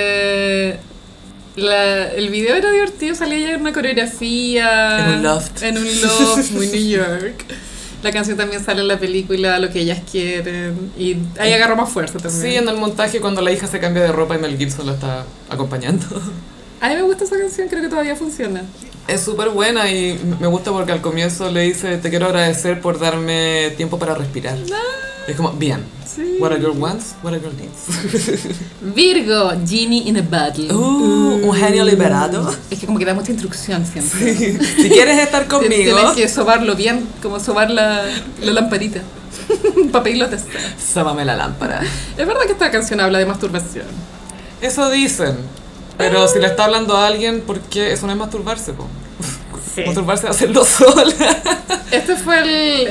El video era divertido, salía ya en una coreografía. En un loft. En un loft, muy New York. La canción también sale en la película Lo que ellas quieren. Y ahí agarró más fuerza también. Sí, en el montaje cuando la hija se cambia de ropa y Mel Gibson la está acompañando. A mí me gusta esa canción, creo que todavía funciona. Es súper buena y me gusta porque al comienzo le dice, te quiero agradecer por darme tiempo para respirar. Es como, bien. Sí. What a girl wants, what a girl needs. Virgo, Genie in a Bottle. Un genio liberado. Es que como que da mucha instrucción siempre. Si quieres estar conmigo, Tienes que sobarlo bien, como sobar la lamparita. Para pedirlo testar. sóbame la lámpara. Es verdad que esta canción habla de masturbación. Eso dicen. Pero si le está hablando a alguien, ¿por qué? Eso no es masturbarse, po. Sí. Masturbarse es hacerlo sola. Este fue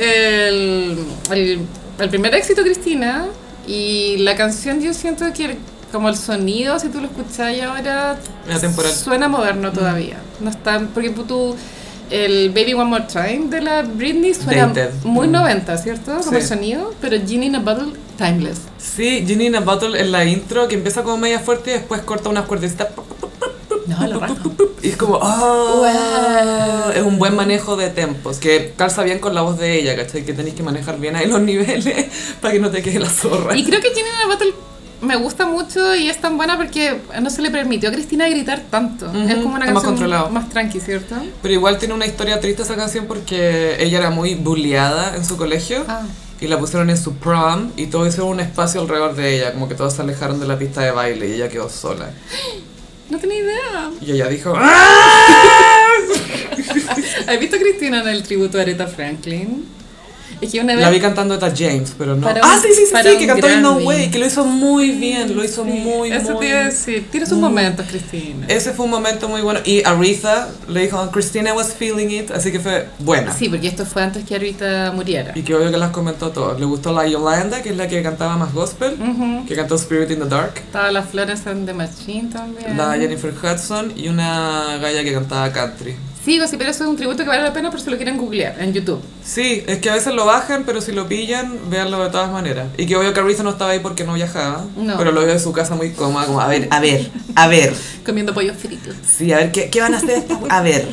el primer éxito de Cristina. Y la canción yo siento que como el sonido, si tú lo escuchás ahora, Es atemporal. suena moderno todavía. No está, porque tú, el Baby One More Time de la Britney suena Dated. muy 90, ¿cierto? Como Sí. el sonido, pero Genie in a Bottle, timeless. Sí, Ginny in a Bottle en la intro, que empieza como media fuerte y después corta unas cuerdecitas. No, lo rato. Y es como, oh, Wow. es un buen manejo de tempos, que calza bien con la voz de ella, ¿cachai? Que tenéis que manejar bien ahí los niveles para que no te quede la zorra. Y creo que Genie in a Bottle me gusta mucho y es tan buena porque no se le permitió a Cristina gritar tanto. Es como una es más canción controlado. más tranqui, ¿cierto? Pero igual tiene una historia triste esa canción porque ella era muy bulleada en su colegio. Ah. Y la pusieron en su prom y todos hicieron un espacio alrededor de ella, como que todos se alejaron de la pista de baile y ella quedó sola. No tenía idea. Y ella dijo, ¡ah! ¿Has visto a Cristina en el tributo a Aretha Franklin? Es que una vez... La vi cantando Etta James, pero no. Sí, que cantó en No Way, que lo hizo muy bien, lo hizo muy, eso muy... te iba a decir, tiene sus momentos, Cristina. Ese fue un momento muy bueno. Y Aretha le dijo, Christina was feeling it, así que fue buena. Sí, porque esto fue antes que Aretha muriera. Y que obvio que las comentó todos. Le gustó la Yolanda, que es la que cantaba más gospel, que cantó Spirit in the Dark. Estaba la Florence and the Machine también. La Jennifer Hudson y una galla que cantaba country. Sí, sí, pero eso es un tributo que vale la pena por si lo quieren googlear en YouTube. Sí, es que a veces lo bajan, pero si lo pillan, véanlo de todas maneras. Y que obvio que Aretha no estaba ahí porque no viajaba, No. pero lo veo de su casa muy cómoda, como a ver. Comiendo pollo frito. Sí, a ver, ¿qué van a hacer esta A ver.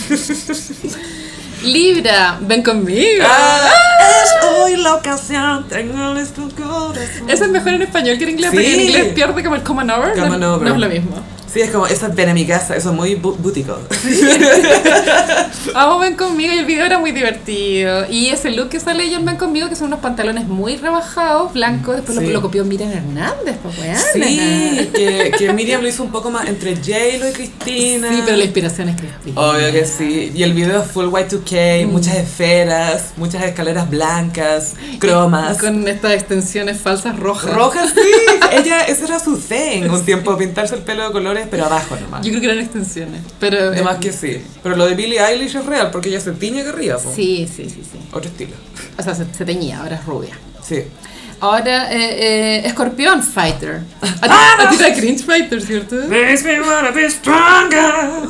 Libra, ven conmigo. Es hoy la ocasión, tengo listo corazón. Eso es mejor en español que en inglés, Sí. porque en inglés pierde como el common over. Common over. No es lo mismo. Sí, es como, esa ven a mi casa, eso es muy bútico. Vamos, ven conmigo, y el video era muy divertido. Y ese look que sale ella en Ven conmigo, que son unos pantalones muy rebajados, blancos, después Sí. lo copió Miriam Hernández, pues weona. Sí, que Miriam lo hizo un poco más entre J-Lo y Cristina. Sí, pero la inspiración es Cristina. Obvio que sí. Y el video es full Y2K, muchas esferas, muchas escaleras blancas, cromas. Con estas extensiones falsas rojas. Rojas, sí. Ese era su thing, un tiempo, pintarse el pelo de colores, pero abajo nomás. Yo creo que eran extensiones. Pero, Además que sí. Pero lo de Billie Eilish es real, porque ella se tiñe que arriba, po. Sí. Otro estilo. O sea, se teñía, ahora es rubia. Sí. Ahora, Escorpión Fighter. A ti te da cringe Fighter, ¿cierto? Makes me wanna be stronger.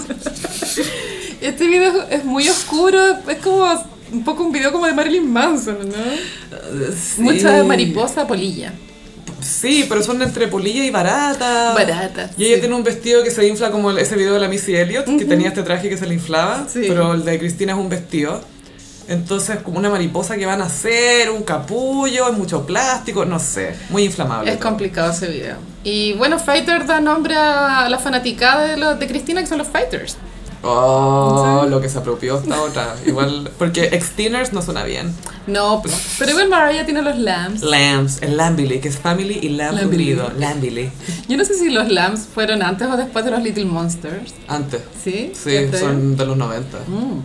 Este video es muy oscuro, es como un poco un video como de Marilyn Manson, ¿no? Sí. Mucha mariposa polilla. Sí, pero son entre polilla y barata. Barata, Y ella sí. tiene un vestido que se infla como ese video de la Missy Elliott, que tenía este traje que se le inflaba, Sí. pero el de Cristina es un vestido. Entonces, como una mariposa que van a hacer, un capullo, es mucho plástico, no sé, muy inflamable. Es todo. complicado ese video. Y bueno, Fighter da nombre a la fanaticada de Cristina, que son los Fighters. Oh, Sí. lo que se apropió esta otra. Igual, porque Extiners no suena bien. No, pero igual Mariah tiene los Lambs. Lambs, el Lambily, que es Family y Lamb Lambily. unido. Lambily. Yo no sé si los Lambs fueron antes o después de los Little Monsters. Antes. ¿Sí? Sí, son de los 90.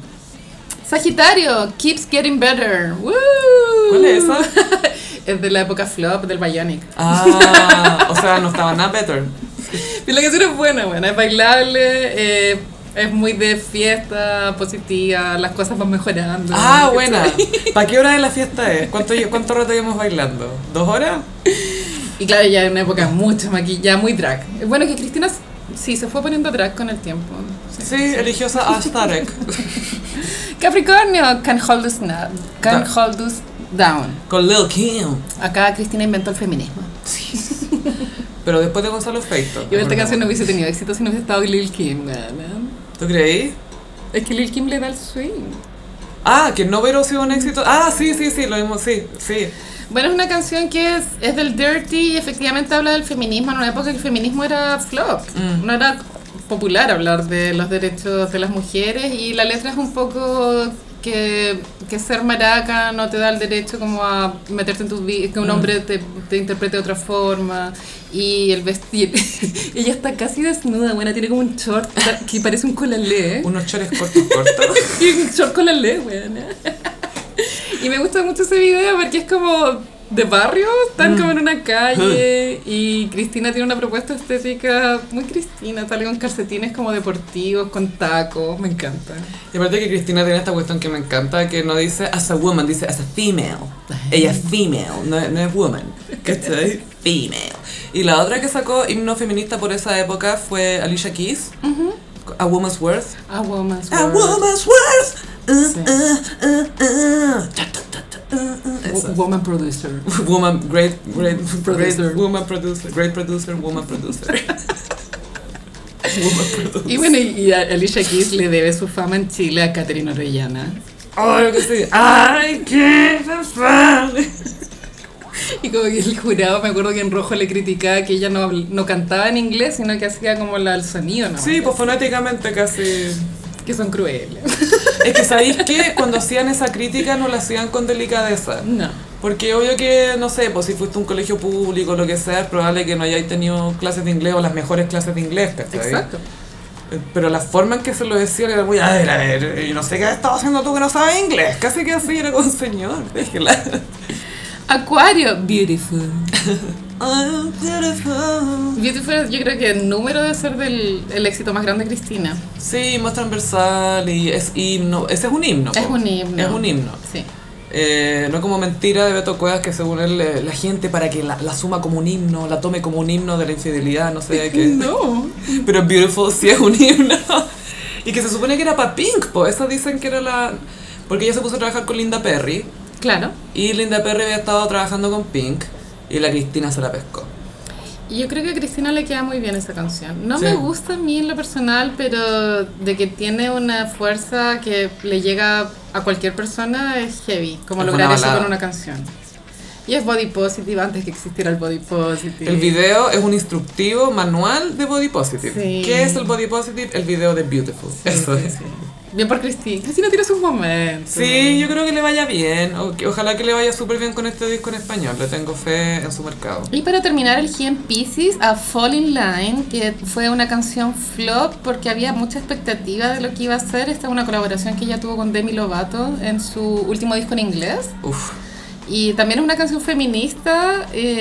Sagitario, Keeps Getting Better. ¡Woo! ¿Cuál es esa? Es de la época flop del Bionic. Ah, o sea, no estaba nada better. Y la canción es buena, es bailable, es muy de fiesta, positiva, las cosas van mejorando. Ah, ¿cachai? buena. ¿Para qué hora de la fiesta es? ¿Cuánto rato llevamos bailando? ¿2 horas? Y claro, ya en una época mucho maquillaje, muy drag. Bueno, que Cristina sí se fue poniendo drag con el tiempo. Sí, eligió esa aesthetic. Capricornio, Can't Hold Us, hold us Down. Con Lil Kim. Acá Cristina inventó el feminismo. Pero después de Gonzalo Feito. Y esta canción no hubiese tenido éxito si no hubiese estado Lil Kim. ¿No? ¿Tú creí? Es que Lil Kim le da el swing. Ah, que no hubiera sido un éxito. Ah, sí, lo vimos, sí. Bueno, es una canción que es del Dirty y efectivamente habla del feminismo en una época que el feminismo era flop. No era popular hablar de los derechos de las mujeres y la letra es un poco que ser maraca no te da el derecho como a meterte en tu vida, que un hombre te interprete de otra forma y el vestir. Ella está casi desnuda, buena, tiene como un short que parece un colalé. Unos chores cortos. Y un short colalé, buena. Y me gusta mucho ese video porque es como de barrio, están como en una calle y Cristina tiene una propuesta estética muy Cristina, sale con calcetines como deportivos, con tacos, me encanta. Y aparte que Cristina tiene esta cuestión que me encanta, que no dice as a woman, dice as a female. Ella es female, no es woman. ¿Cachai? Female. Y la otra que sacó himno feminista por esa época fue Alicia Keys. A Woman's Worth. A Woman's A World. Woman's Worth. Sí. Eso. Woman producer. Woman, great Producer. woman producer, great producer, woman producer. Y bueno, y a Alicia Keys le debe su fama en Chile a Caterina Orellana. Oh, lo que sí. I can't find. Y como que el jurado, me acuerdo que en rojo le criticaba que ella no cantaba en inglés, sino que hacía como el sonido, ¿no? Sí, pues fonéticamente casi. Que son crueles. Es que sabéis que cuando hacían esa crítica no la hacían con delicadeza. No. Porque obvio que, no sé, pues si fuiste a un colegio público o lo que sea, es probable que no hayáis tenido clases de inglés o las mejores clases de inglés, ¿cachai? Exacto. Pero la forma en que se lo decía era muy, a ver, yo no sé qué has estado haciendo tú que no sabes inglés. Casi que así era con señor, déjela. Acuario, beautiful. Oh, beautiful. Beautiful, yo creo que el número debe ser el éxito más grande de Cristina. Sí, más transversal y es himno. Ese es un himno. Es un himno. Es un himno. Sí. No como Mentira de Beto Cuevas, que según él la gente para que la suma como un himno, la tome como un himno de la infidelidad, no sé de qué. No. Pero Beautiful sí es un himno. Y que se supone que era para Pink, pues esa dicen que era la... Porque ella se puso a trabajar con Linda Perry. Claro. Y Linda Perry había estado trabajando con Pink. Y la Cristina se la pescó. Y yo creo que a Cristina le queda muy bien esa canción. No Sí. me gusta a mí en lo personal, pero de que tiene una fuerza que le llega a cualquier persona es heavy, como Es lograr una eso balada. con una canción. Y es body positive antes que existiera el body positive. El video es un instructivo manual de body positive. Sí. ¿Qué es el body positive? El video de Beautiful. Sí, Eso sí, es. sí. Bien por Cristina. Cristina tiene sus momentos. Sí, yo creo que le vaya bien. Ojalá que le vaya súper bien con este disco en español. Le tengo fe en su mercado. Y para terminar el G en Pisces, a Fall in Line, que fue una canción flop porque había mucha expectativa de lo que iba a ser. Esta es una colaboración que ella tuvo con Demi Lovato en su último disco en inglés. Uf. Y también es una canción feminista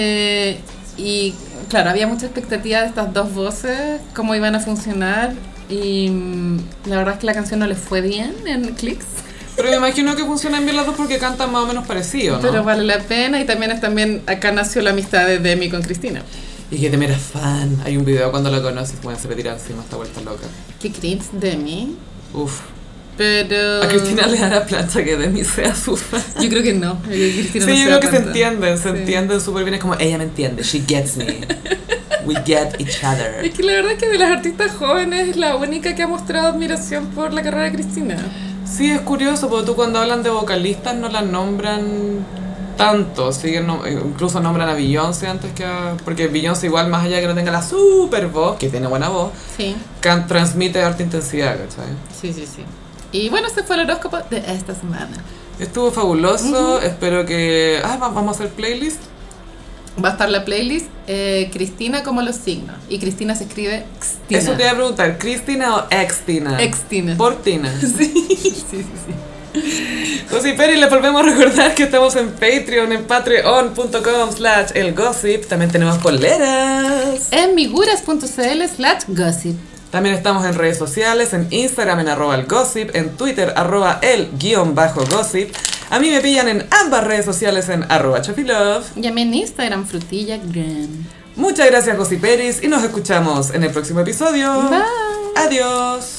y claro, había mucha expectativa de estas dos voces, cómo iban a funcionar y la verdad es que la canción no le fue bien en clics, Pero me imagino que funcionan bien las dos porque cantan más o menos parecido, ¿no? pero vale la pena y también acá nació la amistad de Demi con Cristina. Y que te miras fan. Hay un video cuando la conoces, bueno, se le tira encima esta vuelta loca. Que cringe Demi, Uf. pero... A Cristina le dará plancha que Demi sea su fan. Yo creo que no, yo creo que Cristina Sí, no yo se creo da que se cuenta. entienden, se Sí. entienden súper bien. Es como, ella me entiende, she gets me. We get each other. Es que la verdad es que de las artistas jóvenes es la única que ha mostrado admiración por la carrera de Cristina. Sí, es curioso, porque tú cuando hablan de vocalistas no las nombran tanto, siguen incluso nombran a Beyoncé antes que a... Porque Beyoncé igual, más allá de que no tenga la super voz, que tiene buena voz, Sí. transmite harta intensidad, ¿cachai? Sí, sí, sí. Y bueno, este fue el horóscopo de esta semana. Estuvo fabuloso, espero que... vamos a hacer playlist. Va a estar la playlist Cristina como los signos. Y Cristina se escribe Xtina. Eso te iba a preguntar, ¿Cristina o Extina? Xtina. Por Tina. Sí, sí, sí, sí. José Peri, les volvemos a recordar que estamos en Patreon, en patreon.com/elgossip. También tenemos poleras. En miguras.cl/gossip. También estamos en redes sociales, en Instagram en @elgossip, en Twitter @el_gossip. A mí me pillan en ambas redes sociales en @chafilove. Llame en Instagram frutillagram. Muchas gracias, Gossiperis, y nos escuchamos en el próximo episodio. Bye. Adiós.